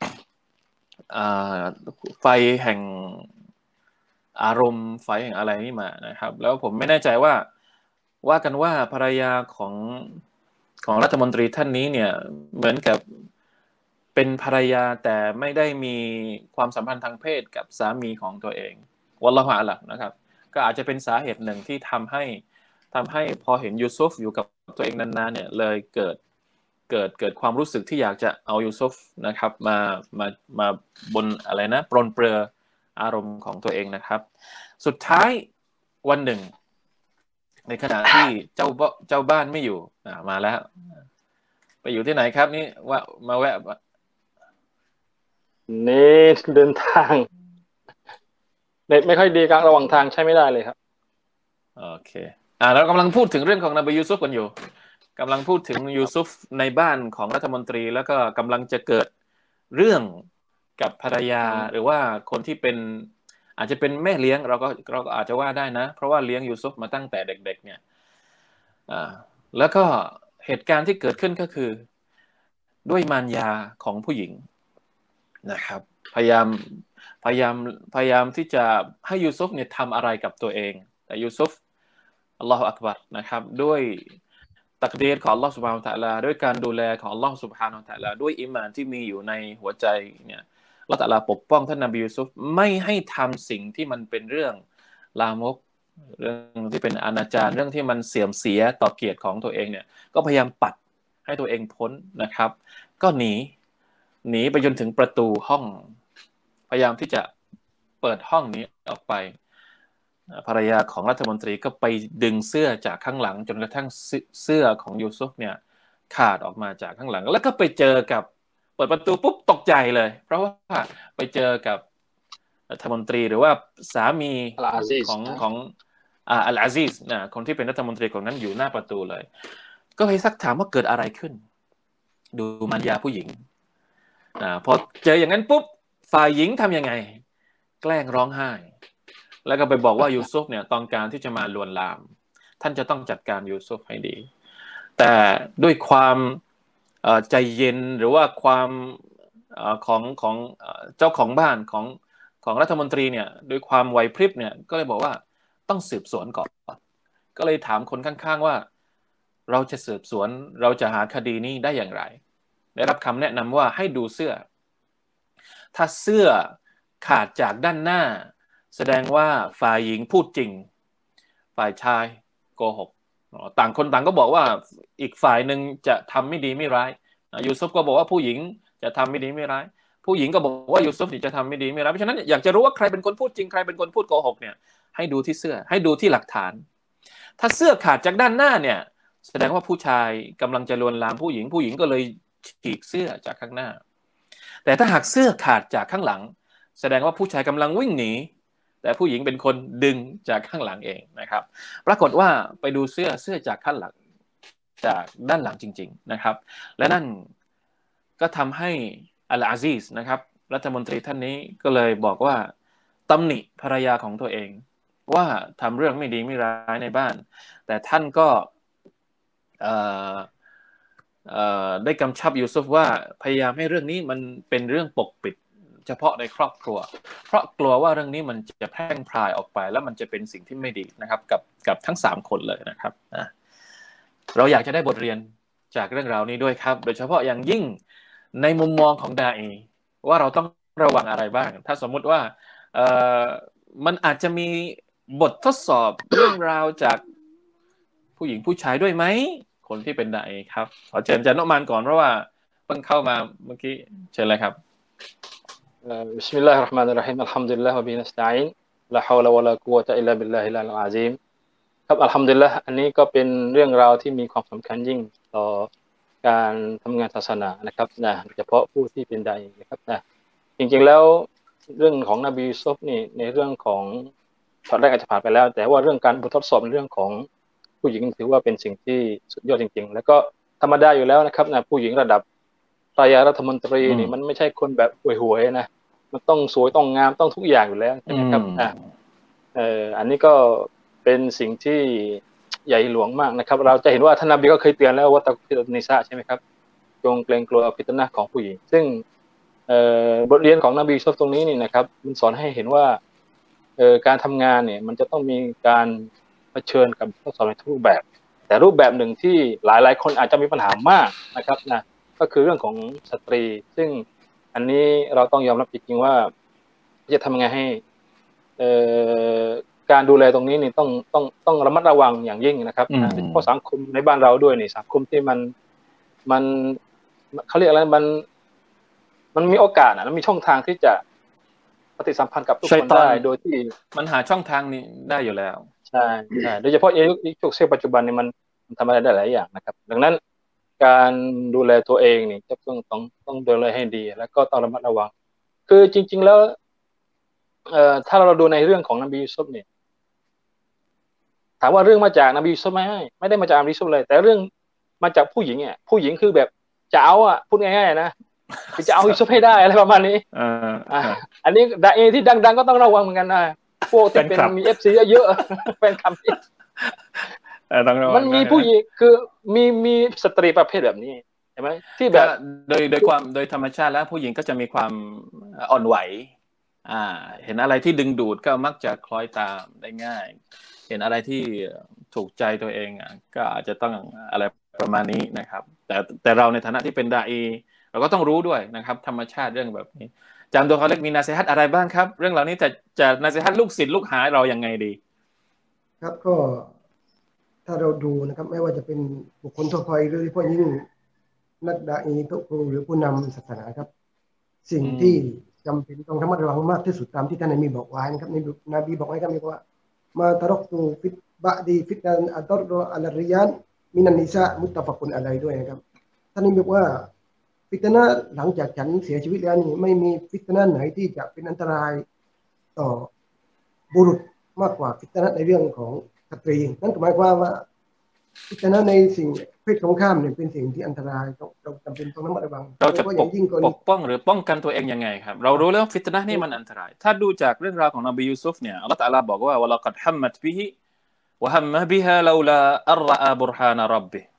ไฟแห่งอารมณ์ไฟแห่งอะไรนี่มานะครับแล้วผมไม่แน่ใจว่ากันว่าภรรยาของรัฐมนตรีท่านนี้เนี่ยเหมือนกับเป็นภรรยาแต่ไม่ได้มีความสัมพันธ์ทางเพศกับสามีของตัวเองวัลลอฮุอาลัมนะครับก็อาจจะเป็นสาเหตุหนึ่งที่ทำให้พอเห็นยูซุฟอยู่กับตัวเองนานๆเนี่ยเลยเกิดความรู้สึกที่อยากจะเอายูซุฟนะครับมาบนอะไรนะปรนเปรออารมณ์ของตัวเองนะครับสุดท้ายวันหนึ่งในขณะที่เจ้าบ้านไม่อยู่มาแล้วไปอยู่ที่ไหนครับนี่ว่ามาแวะนี่เดินทางเน็ตไม่ค่อยดีกลางระหว่างทางใช้ไม่ได้เลยครับโอเคเรากำลังพูดถึงเรื่องของนบียูซุฟกันอยู่กำลังพูดถึงยูซุฟในบ้านของรัฐมนตรีแล้วก็กำลังจะเกิดเรื่องกับภรรยาหรือว่าคนที่เป็นอาจจะเป็นแม่เลี้ยงเราก็อาจจะว่าได้นะเพราะว่าเลี้ยงยูซุฟมาตั้งแต่เด็กๆเนี่ยแล้วก็เหตุการณ์ที่เกิดขึ้นก็คือด้วยมารยาของผู้หญิงนะครับพยายามที่จะให้ยูซุฟเนี่ยทำอะไรกับตัวเองแต่ยูซุฟอัลลอฮฺอักบัรนะครับด้วยตักดีรของอัลลอฮฺซุบฮานะฮูวะตะอาลาด้วยการดูแลของอัลลอฮฺซุบฮานะฮูวะตะอาลาด้วยอีหม่านที่มีอยู่ในหัวใจเนี่ยอัลลอฮฺตะอาลาปกป้องท่านนบียูซุฟไม่ให้ทำสิ่งที่มันเป็นเรื่องลามกเรื่องที่เป็นอนาจารเรื่องที่มันเสื่อมเสียต่อเกียรติของตัวเองเนี่ยก็พยายามปัดให้ตัวเองพ้นนะครับก็หนีไปจนถึงประตูห้องพยายามที่จะเปิดห้องนี้ออกไปภรรยาของรัฐมนตรีก็ไปดึงเสื้อจากข้างหลังจนกระทั่งเสื้อของยูซุฟเนี่ยขาดออกมาจากข้างหลังแล้วก็ไปเจอกับเปิดประตูปุ๊บตกใจเลยเพราะว่าไปเจอกับรัฐมนตรีหรือว่าสามีของอัลอาซีซนะคนที่เป็นรัฐมนตรีของนั้นอยู่หน้าประตูเลยก็ไปซักถามว่าเกิดอะไรขึ้นดูมารยาผู้หญิงพอเจออย่างนั้นปุ๊บฝ่ายหญิงทำยังไงแกล้งร้องไห้แล้วก็ไปบอกว่ายูซุฟเนี่ยต้องการที่จะมาลวนลามท่านจะต้องจัดการยูซุฟให้ดีแต่ด้วยความใจเย็นหรือว่าความของเจ้าของบ้านของรัฐมนตรีเนี่ยด้วยความไหวพริบเนี่ยก็เลยบอกว่าต้องสืบสวนก่อนก็เลยถามคนข้างๆว่าเราจะสืบสวนเราจะหาคดีนี้ได้อย่างไรได้รับคำแนะนำว่าให้ดูเสื้อถ้าเสื้อขาดจากด้านหน้าแสดงว่าฝ่ายหญิงพูดจริงฝ่ายชายโกหกต่างคนต่างก็บอกว่าอีกฝ่ายหนึ่งจะทำไม่ดีไม่ร้ายยูซุฟก็บอกว่าผู้หญิงจะทำไม่ดีไม่ร้ายผู้หญิงก็บอกว่ายูซุฟจะทำไม่ดีไม่ร้ายเพราะฉะนั้นอยากจะรู้ว่าใครเป็นคนพูดจริงใครเป็นคนพูดโกหกเนี่ยให้ดูที่เสื้อให้ดูที่หลักฐานถ้าเสื้อขาดจากด้านหน้าเนี่ยแสดงว่าผู้ชายกำลังจะลวนลามผู้หญิงก็เลยฉีกเสื้อจากข้างหน้าแต่ถ้าหากเสื้อขาดจากข้างหลังแสดงว่าผู้ชายกำลังวิ่งหนีแต่ผู้หญิงเป็นคนดึงจากข้างหลังเองนะครับปรากฏว่าไปดูเสื้อจากข้างหลังจากด้านหลังจริงๆนะครับและนั่นก็ทำให้อัลอาซีซนะครับรัฐมนตรีท่านนี้ก็เลยบอกว่าตำหนิภรรยาของตัวเองว่าทำเรื่องไม่ดีไม่ร้ายในบ้านแต่ท่านก็ได้กำชับยูซุฟว่าพยายามให้เรื่องนี้มันเป็นเรื่องปกปิดเฉพาะในครอบครัวเพราะกลัวว่าเรื่องนี้มันจะแพร่งพรายออกไปแล้วมันจะเป็นสิ่งที่ไม่ดีนะครับกับทั้ง3คนเลยนะครับเราอยากจะได้บทเรียนจากเรื่องราวนี้ด้วยครับโดยเฉพาะอย่างยิ่งในมุมมองของดาอีว่าเราต้องระวังอะไรบ้างถ้าสมมุติว่ามันอาจจะมีบททดสอบเรื่องราวจากผู้หญิงผู้ชายด้วยไหมคนที่เป็นดาอีครับขอเชิญอาจารย์นุมานก่อนเพราะว่าเพิ่งเข้ามาเมื่อกี้เชิญเลยครับ Bismillahirrahmanirrahim Alhamdulillah wa bihi nasta'in la hawla wa la quwwata illa billahil azim ครับอัลฮัมดุลิลละห์อันนี้ก็เป็นเรื่องราวที่มีความสำคัญยิ่งต่อการทำงานศาสนานะครับนะเฉพาะผู้ที่เป็นดาอีนะครับนะจริงๆแล้วเรื่องของนบียูซุฟนี่ในเรื่องของตอนแรกอาจจะผ่านไปแล้วแต่ว่าเรื่องการบททดสอบในเรื่องของผู้หญิงถือว่าเป็นสิ่งที่สุดยอดจริงๆแล้วก็ธรรมดาอยู่แล้วนะครับนะผู้หญิงระดับภรรยารัฐมนตรีนี่มันไม่ใช่คนแบบห่วยๆนะมันต้องสวยต้องงามต้องทุกอย่างอยู่แล้วใช่ไหมครับอันนี้ก็เป็นสิ่งที่ใหญ่หลวงมากนะครับเราจะเห็นว่าท่านนบีก็เคยเตือนแล้วว่าตะกุฟิตนิสาใช่ไหมครับจงเกรงกลัวฟิตนะห์ของผู้หญิงซึ่งบทเรียนของนบียูซุฟตรงนี้นี่นะครับมันสอนให้เห็นว่าการทำงานเนี่ยมันจะต้องมีการเผชิญกับข้อสอบในทุกรูปแบบแต่รูปแบบหนึ่งที่หลายๆคนอาจจะมีปัญหามากนะครับนะก็คือเรื่องของสตรีซึ่งอันนี้เราต้องยอมรับจริงๆว่าจะทำยังไงให้การดูแลตรงนี้นี่ต้องระมัดระวังอย่างยิ่งนะครับเพราะสังคมในบ้านเราด้วยนี่สังคมที่มันเขาเรียกอะไรมันมีโอกาสมันมีช่องทางที่จะปฏิสัมพันธ์กับทุกชัคยนฏอนได้โดยที่มันหาช่องทางนี้ได้อยู่แล้วใช่โดยเฉพาะยุคปัจจุบันนี่มันทำอะไรได้หลายอย่างนะครับดังนั้นการดูแลตัวเองนี่จะต้องดูแลให้ดีแล้วก็ต้องระมัดระวังคือจริงๆแล้วถ้าเราดูในเรื่องของนบียูซุฟเนี่ยถามว่าเรื่องมาจากนบียูซุฟไหมไม่ได้มาจากนบียูซุฟเลยแต่เรื่องมาจากผู้หญิงเนี่ยผู้หญิงคือแบบจะเอาพูดง่ายๆนะคือจะเอายูซุฟให้ได้อะไรประมาณนี้อันนี้ดาเอที่ดังๆก็ต้องระวังเหมือนกันนะพวกที่เป็นมี FC เยอะๆแฟนคลับมันมีผู้หญิงคือมีสตรีประเภทแบบนี้ใช่ไหมที่แบบโดยธรรมชาติแล้วผู้หญิงก็จะมีความอ่อนไหวเห็นอะไรที่ดึงดูดก็มักจะคล้อยตามได้ง่ายเห็นอะไรที่ถูกใจตัวเองก็อาจจะต้องอะไรประมาณนี้นะครับแต่เราในฐานะที่เป็นดาอีเราก็ต้องรู้ด้วยนะครับธรรมชาติเรื่องแบบนี้จำตัวเขาเล็กมีนาซีฮัตอะไรบ้างครับเรื่องเหล่านี้จะนาซีฮัตลูกศิษย์ลูกหาเรายังไงดีครับก็ถ้าเราดูนะครับไม่ว่าจะเป็นบุคคลทั่วไปหรือพวกยิ่งนักดาอีทุกครูหรือผู้นำศาสนาครับสิ่งที่จำเป็นต้องระมัดระวังมากที่สุดตามที่ท่านนบีบอกไว้นะครับนบีบอกไว้ครับว่ามาตรักตูฟิตบะดีฟิตนันอัตรอัลริยันมินันนิซามุตตะฟักุนอะไรด้วยนะครับท่านนบีบอกว่าฟิตนะหลังจากฉันเสียชีวิตแล้วนี่ไม่มีฟิตนะไหนที่จะเป็นอันตรายต่อบุรุษมากกว่าฟิตนะในเรื่องของสตรีนั่นหมายความว่าฟิตนะในสิ่งเพศตรงข้ามเนี่ยเป็นสิ่งที่อันตรายเราจำเป็นต้องระมัดระวังเราจะปกป้องหรือป้องกันตัวเองยังไงครับเรารู้แล้วฟิตนะห์นี่มันอันตรายถ้าดูจากเรื่องราวของนบียูซุฟเนี่ยอัลเลาะห์ตะอาลาบอกว่าวะละกัดฮัมมัตบิฮิวะฮัมมะบิฮาลาลาอัรรอะบุรฮานร็อบบิฮิ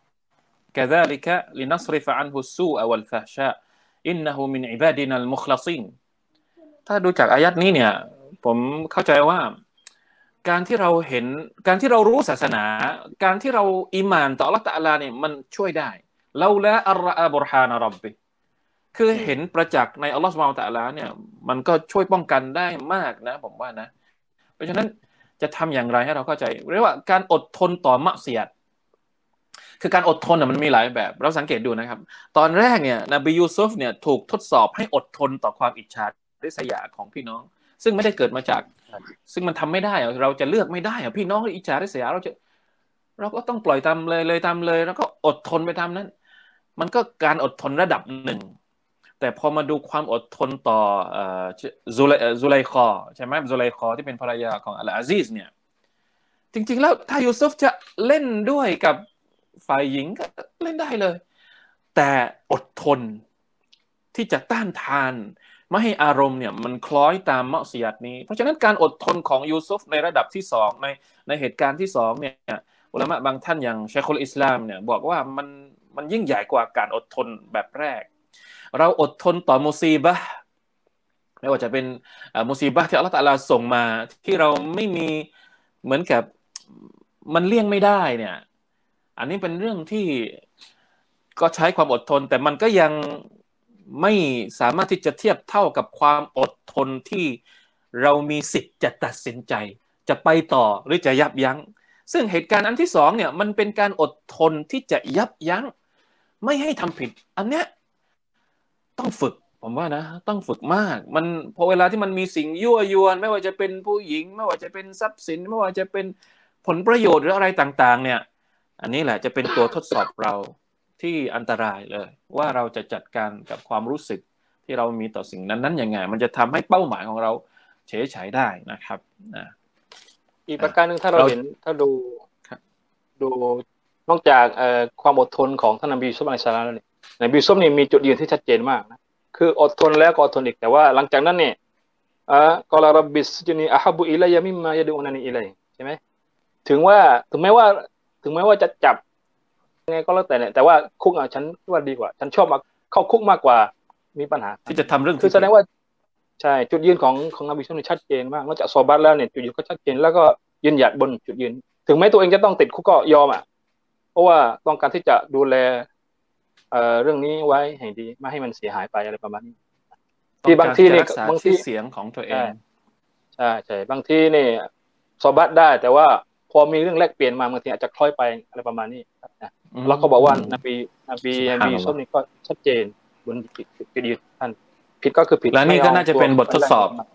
كذلك لنصرف عنه السوء والفحشاء إنه من عبادنا المخلصين ถ้าดูจากอายัดนี้เนี่ยผมเข้าใจว่าการที่เรารู้ศาสนาการที่เราอีหม่านต่ออัลเลาะห์ตะอาลาเนี่ยมันช่วยได้ลาลาอัรรอะบุรฮานร็อบบิคือเห็นประจักษ์ในอัลเลาะห์ซุบฮานะฮูวะตะอาลาเนี่ยมันก็ช่วยป้องกันได้มากนะผมว่านะเพราะฉะนั้นจะทำอย่างไรให้เราเข้าใจเรียกว่าการอดทนต่อมะซิยะฮ์คือการอดทนมันมีหลายแบบเราสังเกตดูนะครับตอนแรกเนี่ยนบียูซุฟเนี่ยถูกทดสอบให้อดทนต่อความอิจฉาริษยาของพี่น้องซึ่งไม่ได้เกิดมาจากซึ่งมันทำไม่ได้เราจะเลือกไม่ได้พี่น้องอิจฉาริษยาเราก็ต้องปล่อยตามเลยตามเลยแล้วก็อดทนไปตามนั้นมันก็การอดทนระดับหนึ่งแต่พอมาดูความอดทนต่อซุไลคอใช่ไหมซุไลคอที่เป็นภรรยาของอัลอาซีซเนี่ยจริงๆแล้วถ้ายูซุฟจะเล่นด้วยกับฝ่ายหญิงก็เล่นได้เลยแต่อดทนที่จะต้านทานไม่ให้อารมณ์เนี่ยมันคล้อยตามมะซิยะฮ์นี้เพราะฉะนั้นการอดทนของยูซุฟในระดับที่2ในเหตุการณ์ที่2เนี่ยอุลามะบางท่านอย่างชัยคุลอิสลามเนี่ยบอกว่ามันยิ่งใหญ่กว่าการอดทนแบบแรกเราอดทนต่อมุซีบะห์ไม่ว่าจะเป็นมุซีบะห์ที่อัลเลาะห์ตะอาลาส่งมาที่เราไม่มีเหมือนกับมันเลี่ยงไม่ได้เนี่ยอันนี้เป็นเรื่องที่ก็ใช้ความอดทนแต่มันก็ยังไม่สามารถที่จะเทียบเท่ากับความอดทนที่เรามีสิทธิ์จะตัดสินใจจะไปต่อหรือจะยับยั้งซึ่งเหตุการณ์อันที่2เนี่ยมันเป็นการอดทนที่จะยับยั้งไม่ให้ทำผิดอันเนี้ยต้องฝึกผมว่านะต้องฝึกมากมันพอเวลาที่มันมีสิ่งยั่วยวนไม่ว่าจะเป็นผู้หญิงไม่ว่าจะเป็นทรัพย์สินไม่ว่าจะเป็นผลประโยชน์หรืออะไรต่างๆเนี่ยอันนี้แหละจะเป็นตัวทดสอบเราที่อันตรายเลยว่าเราจะจัดการกับความรู้สึกที่เรามีต่อสิ่งนั้นยังไงมันจะทำให้เป้าหมายของเราเฉยฉายได้นะครับอีกประการนึงถ้าเราเห็นถ้าดูนอกจากความอดทนของท่านนบียูซุฟอะลัยฮิสสลามแล้วเนี่ยนบียูซุฟนี่มีจุดยืนที่ชัดเจนมากนะคืออดทนแล้วก็อดทนอีกแต่ว่าหลังจากนั้นเนี่ยกอลารับบิสจุนีอะฮับบุอิลัยมิมมายะดูอูนานีอิลัยใช่ไหมถึงแม้ว่าจะจับไงก็แล้วแต่เนี่ยแต่ว่าคุกฉันว่าดีกว่าฉันชอบเข้าคุกมากกว่ามีปัญหาที่จะทำเรื่องคือแสดงว่าใช่จุดยืนของนบีซุฟนี่ชัดเจนมากนอกจากซอบัตแล้วเนี่ยจุดยืนก็ชัดเจนแล้วก็ยืนหยัดบนจุดยืนถึงแม้ตัวเองจะต้องติดคุกก็ยอมเพราะว่าต้องการที่จะดูแลเรื่องนี้ไว้ให้ดีไม่ให้มันเสียหายไปอะไรประมาณนี้ที่บางทีนี่บางทีเสียงของตัวเองใช่บางทีนี่ซอบัตได้แต่ว่าพอมีเรื่องแลกเปลี่ยนมาบางทีอาจจะคล้อยไปอะไรประมาณนี้แล้วก็บอกว่านบีซุฟนี่ก็ชัดเจนบนจุดยืนท่านผิดก็คือผิดและนี่ก็น่าจะเป็นบททดสอบ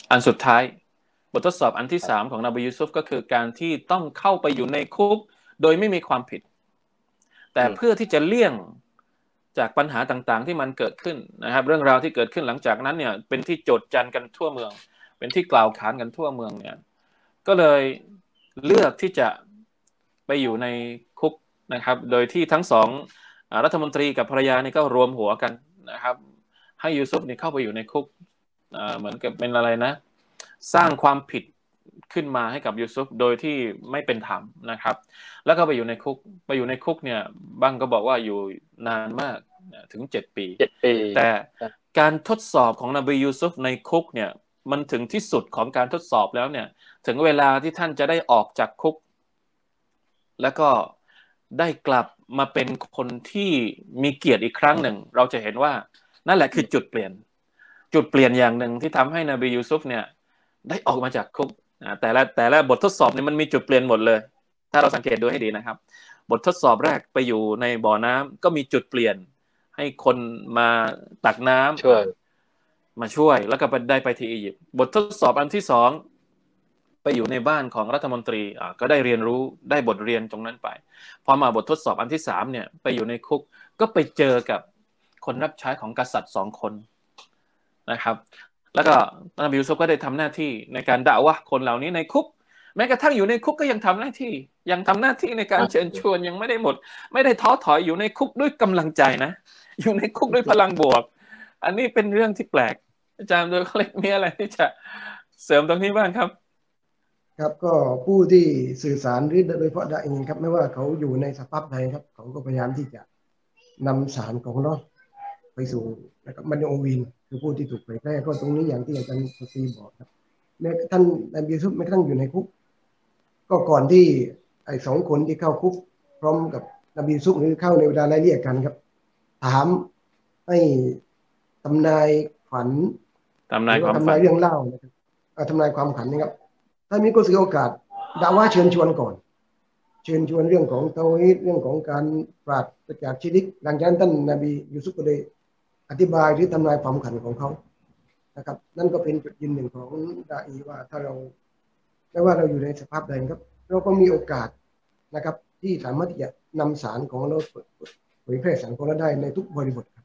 อันสุดท้ายบททดสอบอันที่3ของนบียูซุฟก็คือการที่ต้องเข้าไปอยู่ในคุกโดยไม่มีความผิดแต่เพื่อที่จะเลี่ยงจากปัญหาต่างๆที่มันเกิดขึ้นนะครับเรื่องราวที่เกิดขึ้นหลังจากนั้นเนี่ยเป็นที่โจษจันกันทั่วเมืองเป็นที่กล่าวขานกันทั่วเมืองเนี่ยก็เลยเลือกที่จะไปอยู่ในคุกนะครับโดยที่ทั้งสองรัฐมนตรีกับภรรยานี่ก็รวมหัวกันนะครับให้ยูซุฟนี่เข้าไปอยู่ในคุกเหมือนกับเป็นอะไรนะสร้างความผิดขึ้นมาให้กับยูซุฟโดยที่ไม่เป็นธรรมนะครับแล้วก็ไปอยู่ในคุกเนี่ยบางก็บอกว่าอยู่นานมากถึง7 ปีแต่การทดสอบของนบียูซุฟในคุกเนี่ยมันถึงที่สุดของการทดสอบแล้วเนี่ยถึงเวลาที่ท่านจะได้ออกจากคุกแล้วก็ได้กลับมาเป็นคนที่มีเกียรติอีกครั้งหนึ่งเราจะเห็นว่านั่นแหละคือจุดเปลี่ยนอย่างหนึ่งที่ทำให้นบียูซุฟเนี่ยได้ออกมาจากคุกแต่ละบททดสอบเนี่ยมันมีจุดเปลี่ยนหมดเลยถ้าเราสังเกตดูให้ดีนะครับบททดสอบแรกไปอยู่ในบ่อน้ำก็มีจุดเปลี่ยนให้คนมาตักน้ำมาช่วยแล้วก็ได้ไปที่อียิปต์บททดสอบอันที่2ไปอยู่ในบ้านของรัฐมนตรีก็ได้เรียนรู้ได้บทเรียนตรงนั้นไปพอมาบททดสอบอันที่3เนี่ยไปอยู่ในคุกก็ไปเจอกับคนรับใช้ของกษัตริย์2 คนนะครับแล้วก็นบียูซุฟก็ได้ทำหน้าที่ในการด่าวะคนเหล่านี้ในคุกแม้กระทั่งอยู่ในคุกก็ยังทำหน้าที่ในการเชิญชวนยังไม่ได้หมดไม่ได้ท้อถอยอยู่ในคุกด้วยกำลังใจนะอยู่ในคุกด้วยพลังบวกอันนี้เป็นเรื่องที่แปลกอาจารย์โดยเล็กมีอะไรที่จะเสริมตรงนี้บ้างครับครับก็ผู้ที่สื่อสารหรือโดยเฉพาะดาอินครับไม่ว่าเขาอยู่ในสภาพใดครับเขาก็พยายามที่จะนำสารของเราไปสู่นะครับมันโอวินคือผู้ที่ถูกเผยแพร่ก็ตรงนี้อย่างที่อาจารย์สุตีบอกครับแม้ท่านนบียูซุฟแม้กระทั่งอยู่ในคุกก็ก่อนที่ไอ้2 คนที่เข้าคุกพร้อมกับนบียูซุฟหรือเข้าในเวลาไล่เลี่ยกันครับถามให้ทำนายฝันทำนายเรื่องเล่านะครับทำนายความฝันนะครับท่านมีก็ถือโอกาสด่าว่าเชิญชวนก่อนเชิญชวนเรื่องของเตาฮีดเรื่องของการปราศจากชิริกหลังจากนั้นท่านนบียูซุฟก็ได้อธิบายหรือทำนายความขันของเขานะครับนั่นก็เป็นจุดยืนหนึ่งของดาอีว่าถ้าเราไม่ว่าเราอยู่ในสภาพใดครับเราก็มีโอกาสนะครับที่สามารถที่จะนำสารของเราเผยแพร่สารของเราได้ในทุกบริบทครับ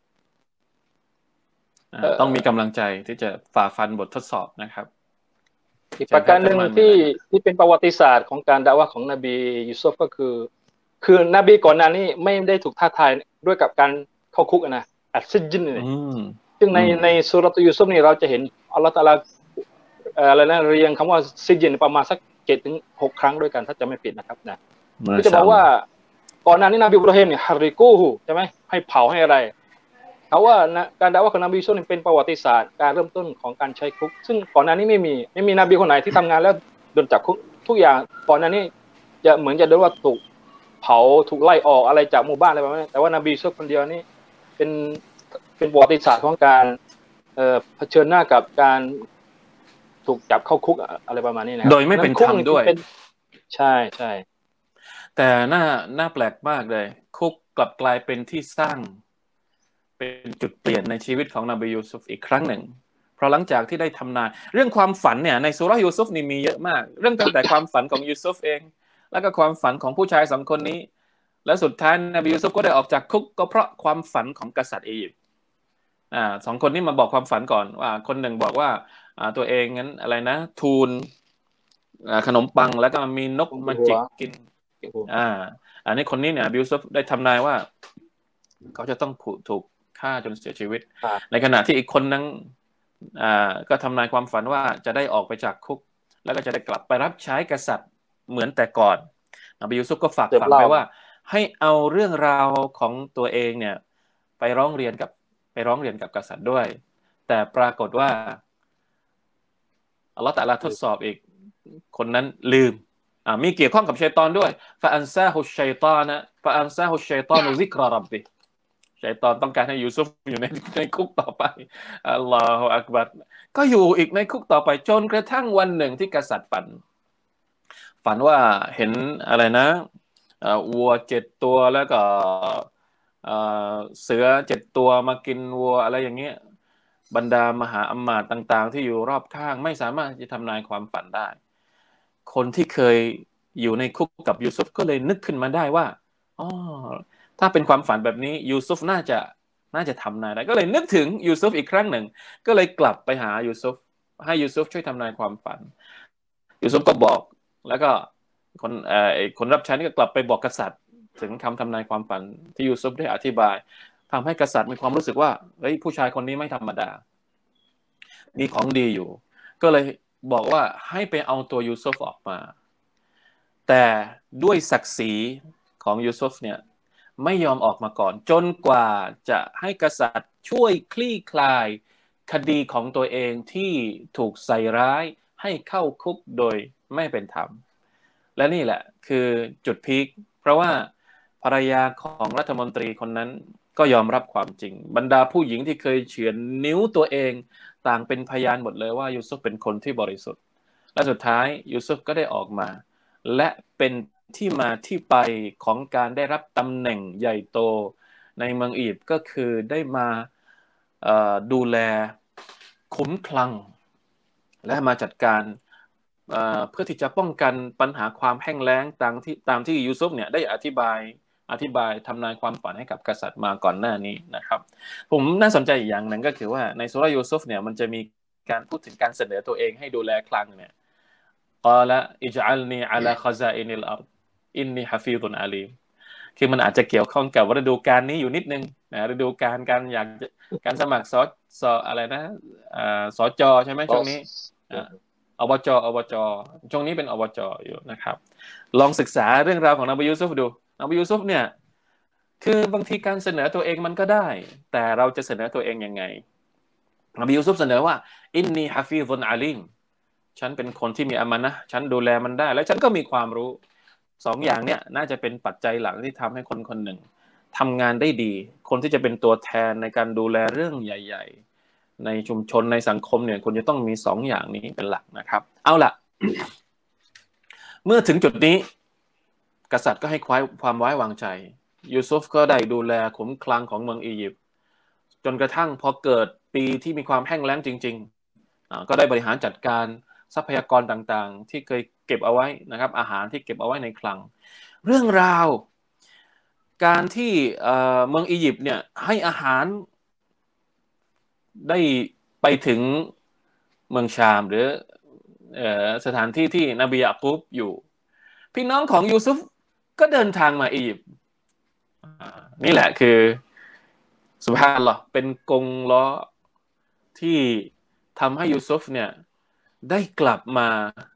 ต้องมีกำลังใจที่จะฝ่าฟันบททดสอบนะครับอีกประการหนึ่งที่เป็นประวัติศาสตร์ของการด่าวะของนบียูซุฟก็คือนบีก่อนหน้านี้ไม่ได้ถูกท้าทายด้วยกับการเข้าคุกนะอัดซิจญเนี่ยซึ่งในซูเราะห์ยูซุฟนี่เราจะเห็นอัลเลาะห์ตะอาลาอะไรนะเรียงคำว่าซิจญประมาณสัก7 ถึง 6 ครั้งด้วยกันถ้าจะไม่ผิดนะครับนะก็จะบอกว่าก่อนหน้านี้นบีอิบราฮิมเนี่ยฮาริกูฮูใช่ไหมให้เผาให้อะไรเขาว่าการด่าวะของนบียูซุฟเป็นประวัติศาสตร์การเริ่มต้นของการใช้คุกซึ่งก่อนหน้านี้ไม่มีนบีคนไหนที่ทำงานแล้วโดนจับคุกทุกอย่างก่อนหน้านี้จะเหมือนจะโดนว่าถูกเผาถูกไล่ออกอะไรจากหมู่บ้านอะไรประมาณนี้แต่ว่านบียูซุฟคนเดียวนี่เป็นประวัติศาสตร์ของการเผชิญหน้ากับการถูกจับเข้าคุกอะไรประมาณนี้นะโดยไม่เป็นธรรมด้วยใช่แต่น่าแปลกมากเลยคุกกลับกลายเป็นที่สร้างเป็นจุดเปลี่ยนในชีวิตของนบียูซุฟอีกครั้งหนึ่งเพราะหลังจากที่ได้ทำนายเรื่องความฝันเนี่ยในซูเราะห์ยูซุฟนี่มีเยอะมากเรื่องตั้งแต่ความฝันของยูซุฟเองแล้วก็ความฝันของผู้ชาย2 คนนี้และสุดท้ายนบียูซุฟก็ได้ออกจากคุกก็เพราะความฝันของกษัตริย์อียิปต์2 คนนี้มาบอกความฝันก่อนว่าคนหนึ่งบอกว่าตัวเองงั้นอะไรนะทูลขนมปังแล้วก็มีนกมาจิกกินอันนี้คนนี้เนี่ยนบียูซุฟได้ทำนายว่าเขาจะต้องถูกฆ่าจนเสียชีวิตในขณะที่อีกคนนั้นก็ทำนายความฝันว่าจะได้ออกไปจากคุกแล้วก็จะได้กลับไปรับใช้กษัตริย์เหมือนแต่ก่อนนบียูซุฟก็ฝากฝังไปว่าให้เอาเรื่องราวของตัวเองเนี่ยไปร้องเรียนกับกษัตริย์ด้วยแต่ปรากฏว่าอัลเลาะห์ตะอาลาทดสอบอีกคนนั้นลืมมีเกี่ยวข้องกับชัยฏอนด้วยฟะอันซาฮุชัยฏอชัยฏอนซิกรอร็อบบิชัยฏอนต้องการให้ยูซุฟอยู่ในคุกต่อไปอัลลอฮุอักบัรก็อยู่อีกในคุกต่อไปจนกระทั่งวันหนึ่งที่กษัตริย์ฝันว่าเห็นอะไรนะวัว7 ตัวแล้วก็เสือ7 ตัวมากินวัวอะไรอย่างเงี้ยบรรดามหาอำมาตย์ต่างๆที่อยู่รอบข้างไม่สามารถจะทำนายความฝันได้คนที่เคยอยู่ในคุกกับยูซุฟก็เลยนึกขึ้นมาได้ว่าอ๋อถ้าเป็นความฝันแบบนี้ยูซุฟน่าจะทำนายได้ก็เลยนึกถึงยูซุฟอีกครั้งหนึ่งก็เลยกลับไปหายูซุฟให้ยูซุฟช่วยทำนายความฝันยูซุฟก็บอกแล้วก็คนรับใช้นี่ก็กลับไปบอกกษัตริย์ถึงคำทำนายความฝันที่ยูซุฟได้อธิบายทำให้กษัตริย์มีความรู้สึกว่าเฮ้ยผู้ชายคนนี้ไม่ธรรมดามีของดีอยู่ก็เลยบอกว่าให้ไปเอาตัวยูซุฟออกมาแต่ด้วยศักดิ์ศรีของยูซุฟเนี่ยไม่ยอมออกมาก่อนจนกว่าจะให้กษัตริย์ช่วยคลี่คลายคดีของตัวเองที่ถูกใส่ร้ายให้เข้าคุกโดยไม่เป็นธรรมและนี่แหละคือจุดพีคเพราะว่าภรรยาของรัฐมนตรีคนนั้นก็ยอมรับความจริงบรรดาผู้หญิงที่เคยเฉือนนิ้วตัวเองต่างเป็นพยานหมดเลยว่ายูซุฟเป็นคนที่บริสุทธิ์และสุดท้ายยูซุฟก็ได้ออกมาและเป็นที่มาที่ไปของการได้รับตำแหน่งใหญ่โตในเมืองอียิปต์ก็คือได้มาดูแลคุ้มคลังและมาจัดการเพื่อที่จะป้องกันปัญหาความแห้งแล้งตามที่ยูซุฟเนี่ยได้อธิบายทำนายความฝันให้กับกษัตริย์มาก่อนหน้านี้นะครับผมน่าสนใจอีกอย่างหนึ่งก็คือว่าในซูเราะห์ยูซุฟเนี่ยมันจะมีการพูดถึงการเสนอตัวเองให้ดูแลคลังเนี่ยกาละอิจอัลนีอะลาคอซาอินิลอัรฎอินนีฮะฟีซุนอาลีมคือมันอาจจะเกี่ยวข้องกับฤดูกาลนี้อยู่นิดนึงนะฤดูกาลการสมัครสอะไรนะสจใช่ไหมช่วงนี้อบจช่วงนี้เป็นอบจอยู่นะครับลองศึกษาเรื่องราวของนบียูซุฟดูนบียูซุฟเนี่ยคือบางทีการเสนอตัวเองมันก็ได้แต่เราจะเสนอตัวเองยังไงนบียูซุฟเสนอว่าอินนีฮะฟีซุนอาลีมฉันเป็นคนที่มีอามานะห์ฉันดูแลมันได้และฉันก็มีความรู้สองอย่างเนี่ยน่าจะเป็นปัจจัยหลักที่ทำให้คนคนหนึ่งทำงานได้ดีคนที่จะเป็นตัวแทนในการดูแลเรื่องใหญ่ๆในชุมชนในสังคมเนี่ยคุณจะต้องมีสองอย่างนี้เป็นหลักนะครับเอาล่ะ เมื่อถึงจุดนี้กษัตริย์ก็ให้ความไว้วางใจยูซุฟก็ได้ดูแลขุมคลังของเมืองอียิปต์จนกระทั่งพอเกิดปีที่มีความแห้งแล้งจริงๆก็ได้บริหารจัดการทรัพยากรต่างๆที่เคยเก็บเอาไว้นะครับอาหารที่เก็บเอาไว้ในคลังเรื่องราวการที่เมืองอียิปต์เนี่ยให้อาหารได้ไปถึงเมืองชามหรือสถานที่ที่นบียะกูบอยู่พี่น้องของยูซุฟก็เดินทางมาอียิปต์นี่แหละคือซุบฮานัลลอฮ์เป็นกงล้อที่ทำให้ยูซุฟเนี่ยได้กลับมา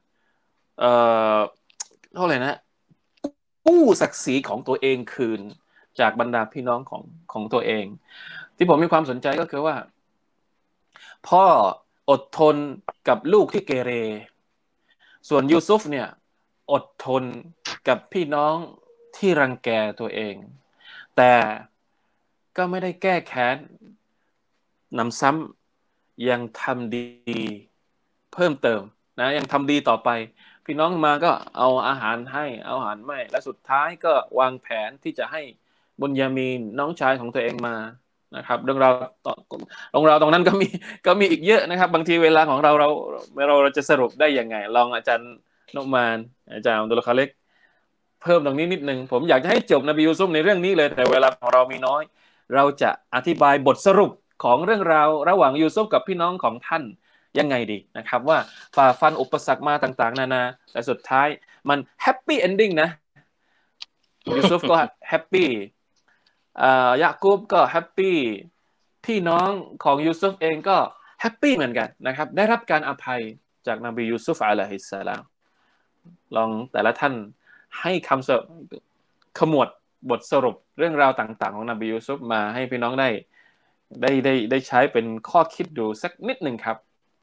เท่าไหร่นะกู้ศักดิ์ศรีของตัวเองคืนจากบรรดาพี่น้องของตัวเองที่ผมมีความสนใจก็คือว่าพ่ออดทนกับลูกที่เกเรส่วนยูซุฟเนี่ยอดทนกับพี่น้องที่รังแกตัวเองแต่ก็ไม่ได้แก้แค้นนำซ้ำยังทำดีเพิ่มเติมนะยังทำดีต่อไปพี่น้องมาก็เอาอาหารให้เอาอาหารไม่และสุดท้ายก็วางแผนที่จะให้บุญญามีนน้องชายของตัวเองมานะครับเรื่องราวตรงนั้นก็มีอีกเยอะนะครับบางทีเวลาของเราจะสรุปได้ยังไงลองอาจารย์นุมานอาจารย์อับดุลคาลิกเพิ่มตรงนี้นิดนึงผมอยากจะให้จบนบียูซุฟในเรื่องนี้เลยแต่เวลาของเรามีน้อยเราจะอธิบายบทสรุปของเรื่องราวระหว่างยูซุฟกับพี่น้องของท่านยังไงดีนะครับว่าฝ่าฟันอุปสรรคมาต่างๆนานาแต่สุดท้ายมันแฮปปี้เอนดิ้งนะยูซุฟก็แฮปปี้ยะกูบก็แฮปปี้พี่น้องของยูซุฟเองก็แฮปปี้เหมือนกันนะครับได้รับการอภัยจากนบียูซุฟอะลัยฮิสสลามลองแต่ละท่านให้ขมวดบทสรุปเรื่องราวต่างๆของนบียูซุฟมาให้พี่น้องได้ใช้เป็นข้อคิดดูสักนิดหนึ่งครับ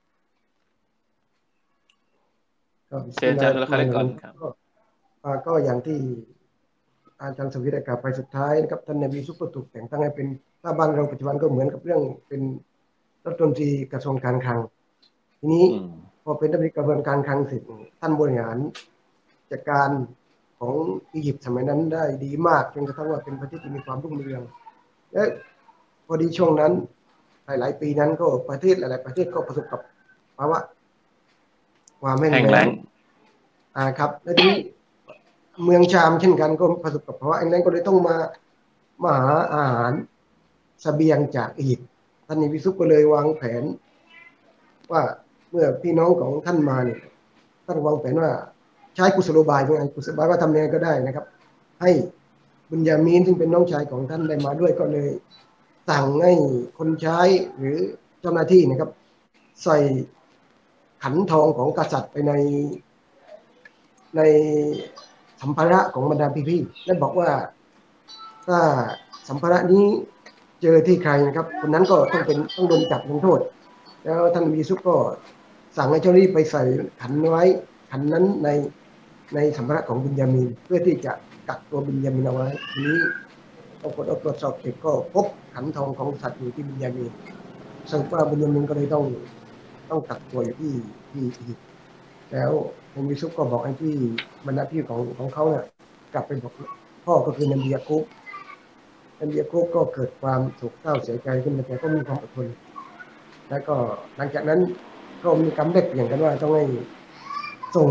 เชิญอาจารย์ละครก่อนครับก็อย่างที่อาจารย์สวิทย์กล่าวไปสุดท้ายนะครับท่านนบียูซุฟถูกแต่งตั้งให้เป็นถ้าบ้านเราปัจจุบันก็เหมือนกับเรื่องเป็นรัฐมนตรีกระทรวงการคลังทีนี้พอเป็นรัฐมนตรีกระทรวงการคลังเสร็จท่านบริหารจัดการของอียิปต์สมัยนั้นได้ดีมากจนกระทั่งว่าเป็นประเทศที่มีความรุ่งเรืองและพอดีช่วงนั้นหลายๆปีนั้นก็ประเทศหลายๆประเทศก็ประสบกับภาวะความแห้งแห้งแล้แล้งงครับและทีนี้เมืองชามเช่นกันก็ประสบกับภาวะแห้งแล้งก็เลยต้องมาหาอาหารเสบียงจากอียิปต์ท่านนบียูซุฟก็เลยวางแผนว่าเมื่อพี่น้องของท่านมาเนี่ยท่านวางแผนว่าใช้กุศโลบายยังไงกุศโลบายว่าทำยังไงก็ได้นะครับ ให้บุญญามีนซึ่งเป็นน้องชายของท่านได้มาด้วยก็เลยสั่งให้คนใช้หรือเจ้าหน้าที่นะครับ ใส่ขันทองของกษัตริย์ไปในสัมภาระของบรรดาพี่ๆและบอกว่าถ้าสัมภาระนี้เจอที่ใครนะครับคนนั้นก็ต้องโดนจับลงโทษแล้วท่านยูซุฟก็สั่งให้เจ้าหน้าที่ไปใส่ขันไว้ขันนั้นในสัมภาระของบุญญามีนเพื่อที่จะกักตัวบุญญามีนเอาไว้ทีนี้ปรากฏเอาตรวจสอบเสร็จก็พบขันทองของสัตว์อยู่ที่บุญญามีนซึ่งว่าบุญญามีนก็เลยต้องกักตัวอยู่ที่อียิปต์แล้วท่านยูซุฟก็บอกให้ที่บรรดาพี่ของเขาเนี่ยกลับไปบอกพ่อก็คือนบียะกูบก็เกิดความโศกเศร้าเสียใจขึ้นมาแต่ก็มีความอดทนแล้วก็หลังจากนั้นก็มีคำแลกเปลี่ยนกันว่าต้องให้ส่ง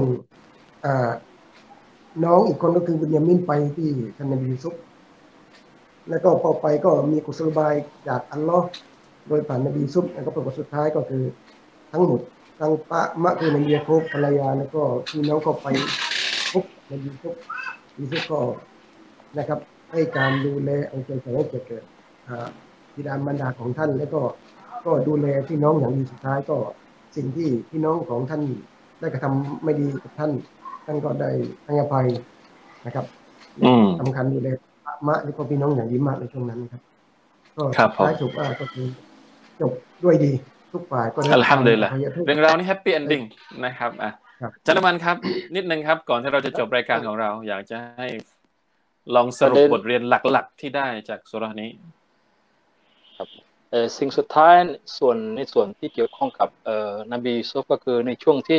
น้องอีกคนก็คือบุญญามินไปที่ท่านนบียูซุฟแล้วก็พอไปก็มีกุศโลบายจากอัลลอฮ์โดยผ่านนบียูซุฟแล้วก็ผลสุดท้ายก็คือทั้งหมดทั้งปะมะคือนบียะกูบภรรยาแล้วก็พี่น้องก็ไปพบนบียูซุฟก็นะครับให้การดูแลเอาใจใส่ให้เกิดบิดามารดาของท่านแล้วก็ดูแลพี่น้องอย่างดีสุดท้ายก็สิ่งที่พี่น้องของท่านได้กระทำไม่ดีกับท่านก็ได้ให้อภัยนะครับสำคัญดูแลมะแล้วก็พี่น้องอย่างดีมากในช่วงนั้นครับก็ท้ายสุดก็คือจบด้วยดีทุกฝ่ายก็ได้อัลฮัมดุลิลละห์เรื่องราวนี้แฮปปี้เอนดิ้งนะครับจันทมันครับนิดนึงครับก่อนที่เราจะจบรายการของเราอยากจะให้ลองสรุปบทเรียนหลักๆที่ได้จากสุรานี้ครับสิ่งสุดท้ายในส่วนที่เกี่ยวข้องกับนบียูซุฟก็คือในช่วงที่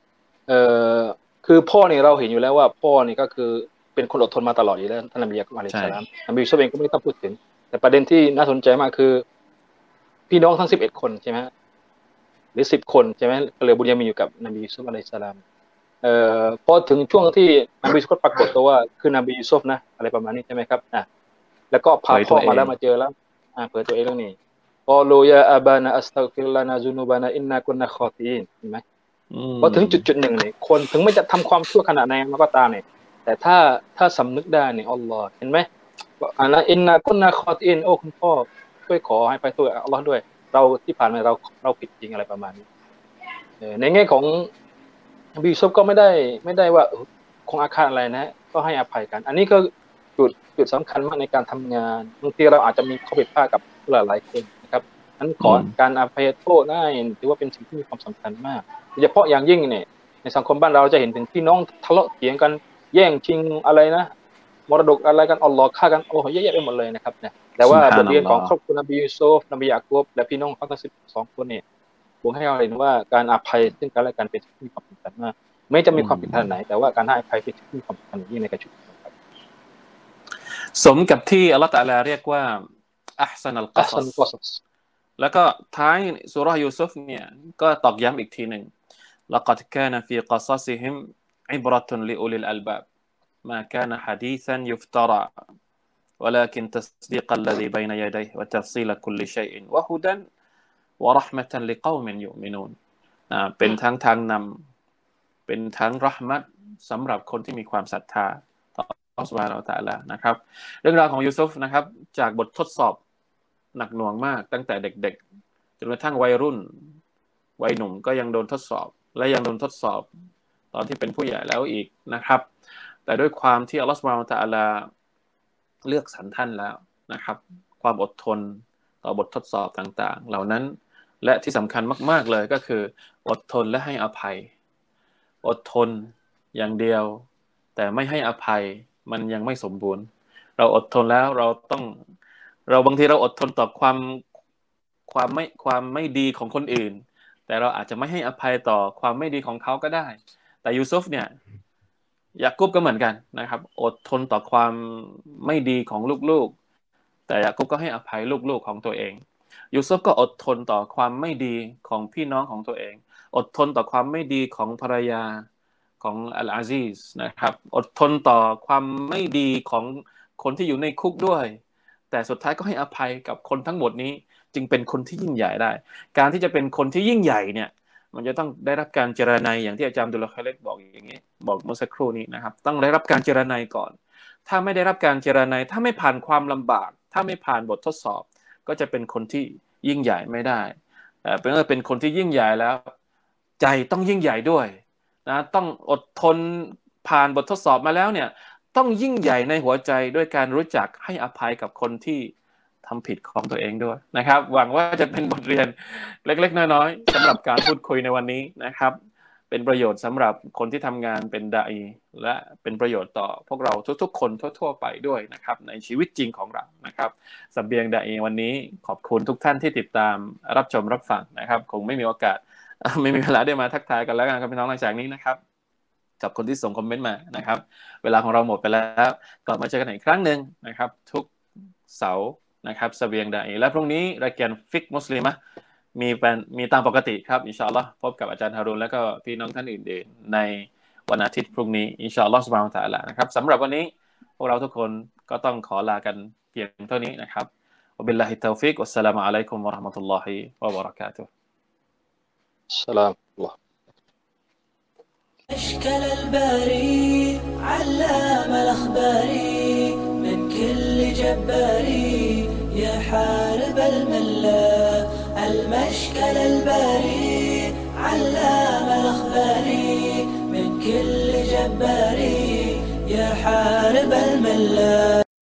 คือพ่อนี่เราเห็นอยู่แล้วว่าพ่อนี่ก็คือเป็นคนอดทนมาตลอดอยู่แล้วท่านนบียะกูบอะลัยฮิสสลามนบียูซุฟเองก็ไม่ต้องพูดถึงแต่ประเด็นที่น่าสนใจมากคือพี่น้องทั้ง11คนใช่ไหมหรือ10คนใช่ไหมก็เลยบุญญามีนอยู่กับนบียูซุฟอะลัยฮิสสลามพอถึงช่วงที่นบียูซุฟปรากฏตัวว่าคือนบียูซุฟนะอะไรประมาณนี้ใช่ไหมครับแล้วก็พาพ่อมาแล้วมาเจอแล้วเผยตัวเองแล้วนี่กอลูยาอับานะอัสตัฆฟิรลานาซุนูบานะอินนากุนนะคอตีนเห็นไหมพอถึงจุดหนึ่งเนี่ยคนถึงไม่จะทำความชั่วขนาดไหนมันก็ตามเนี่ยแต่ถ้าสำนึกได้เนี่ยอัลลอฮ์เห็นไหมอันนั้นอินนากุนนะคอตีนโอ้คุณพ่อช่วยขอให้ไปตัวอัลลอฮ์ด้วยเราที่ผ่านมาเราผิดจริงอะไรประมาณนี้ในแง่ของนบียูซุฟก็ไม่ได้ว่าคงอาฆาตอะไรนะก็ให้อภัยกันอันนี้ก็จุดสำคัญมากในการทำงานบางทีเราอาจจะมีข้อผิดพลาดกับหลายคนนะครับนั้นขอการอภัยโทษได้ถือว่าเป็นสิ่งที่มีความสำคัญมากโดยเฉพาะอย่างยิ่งเนี่ยในสังคมบ้านเราจะเห็นถึงพี่น้องทะเลาะเถียงกันแย่งชิงอะไรนะมรดกอะไรกันอัลลอฮ์ฆ่ากันโอ้โหเยอะแยะไปหมดเลยนะครับเนี่ยแต่ว่าบทเรียนของครอบครัวนบียูซุฟนบียะกูบและพี่น้องทั้ง12คนเนี่ยผมให้เราเห็นว่าการอภัยซึ่งกันและกันเป็นสิ่งที่มีความสำคัญมากไม่จะมีความผิดขนาดไหนแต่ว่าการให้อภัยเป็นสิ่งที่มีความสำคัญยิ่งในการชุมนุมครับสมกับที่อัลเลาะห์ตะอาลาเรียกว่าอัห์ซันัลกอซัสแล้วก็ท้ายซูเราะห์ยูซุฟเนี่ยก็ตอกย้ำอีกทีนึงละกัดกานะฟีกอซัซิฮิมอิบเราะตุนลิอุลิลอัลบาบมากานะหะดีซันยุฟตะรอ ولكن تصديق الذي بين يديه وتفصيل كل شيء وهدى ورحمة لقوم يؤمنون เป็นทั้งทางนำเป็นทั้งเราะห์มัตสำหรับคนที่มีความศรัทธาต่ออัลเลาะห์ซุบฮานะฮูวะตะอาลานะครับเรื่องราวของยูซุฟนะครับจากบททดสอบหนักหน่วงมากตั้งแต่เด็กๆจนกระทั่งวัยรุ่นวัยหนุ่มก็ยังโดนทดสอบและยังโดนทดสอบตอนที่เป็นผู้ใหญ่แล้วอีกนะครับแต่ด้วยความที่อัลเลาะห์ซุบฮานะฮูวะตะอาลาเลือกสรรท่านแล้วนะครับความอดทนต่อบททดสอบต่างๆเหล่านั้นและที่สำคัญมากๆเลยก็คืออดทนและให้อภัยอดทนอย่างเดียวแต่ไม่ให้อภัยมันยังไม่สมบูรณ์เราอดทนแล้วเราบางทีเราอดทนต่อความไม่ดีของคนอื่นแต่เราอาจจะไม่ให้อภัยต่อความไม่ดีของเขาก็ได้แต่ยูซุฟเนี่ยยากูบก็เหมือนกันนะครับอดทนต่อความไม่ดีของลูกๆแต่ยากูบก็ให้อภัยลูกๆของตัวเองยูซุฟก็อดทนต่อความไม่ดีของพี่น้องของตัวเองอดทนต่อความไม่ดีของภรรยาของอัลอาซีซนะครับอดทนต่อความไม่ดีของคนที่อยู่ในคุกด้วยแต่สุดท้ายก็ให้อภัยกับคนทั้งหมดนี้จึงเป็นคนที่ยิ่งใหญ่ได้การที่จะเป็นคนที่ยิ่งใหญ่เนี่ยมันจะต้องได้รับการเจรไนอย่างที่อาจารย์ดุลคาเลตบอกอย่างนี้บอกเมื่อสักครู่นี้นะครับต้องได้รับการเจรไนก่อนถ้าไม่ได้รับการเจรไนถ้าไม่ผ่านความลำบากถ้าไม่ผ่านบททดสอบก็จะเป็นคนที่ยิ่งใหญ่ไม่ได้เป็นคนที่ยิ่งใหญ่แล้วใจต้องยิ่งใหญ่ด้วยนะต้องอดทนผ่านบททดสอบมาแล้วเนี่ยต้องยิ่งใหญ่ในหัวใจด้วยการรู้จักให้อภัยกับคนที่ทำผิดของตัวเองด้วยนะครับหวังว่าจะเป็นบทเรียนเล็กๆน้อยๆสำหรับการพูดคุยในวันนี้นะครับเป็นประโยชน์สำหรับคนที่ทำงานเป็นดาอีและเป็นประโยชน์ต่อพวกเราทุกๆคนทั่วๆไปด้วยนะครับในชีวิตจริงของเรานะครับเสบียงดาอีวันนี้ขอบคุณทุกท่านที่ติดตามรับชมรับฟังนะครับคงไม่มีโอกาสไม่มีเวลาได้มาทักทายกันแล้วกันครับพี่น้องหลังจากนี้นะครับกับคนที่ส่งคอมเมนต์มานะครับเวลาของเราหมดไปแล้วกลับมาเจอกันอีกครั้งนึงนะครับทุกเสาร์นะครับเสบียงดาอีและพรุ่งนี้รายการฟิกมุสลิมะมีตามปกติครับอินชาอัลลอฮ์พบกับอาจารย์ฮารุนและก็พี่น้องท่านอื่นๆในวันอาทิตย์พรุ่งนี้อินชาอัลลอฮ์ซุบฮานะฮูวะตะอาลานะครับสำหรับวันนี้พวกเราทุกคนก็ต้องขอลากันเพียงเท่านี้นะครับวะบิลลาฮิตตอฟิกวัสสลามุอะลัยกุมวะเราะห์มะตุลลอฮิวะบะเราะกาตุฮ์ السلام الله أشكال الباري علام الأخباري من كل جباري يا حارب الملا المشكل الباري علام الأخباري من كل جباري يا حارب الملا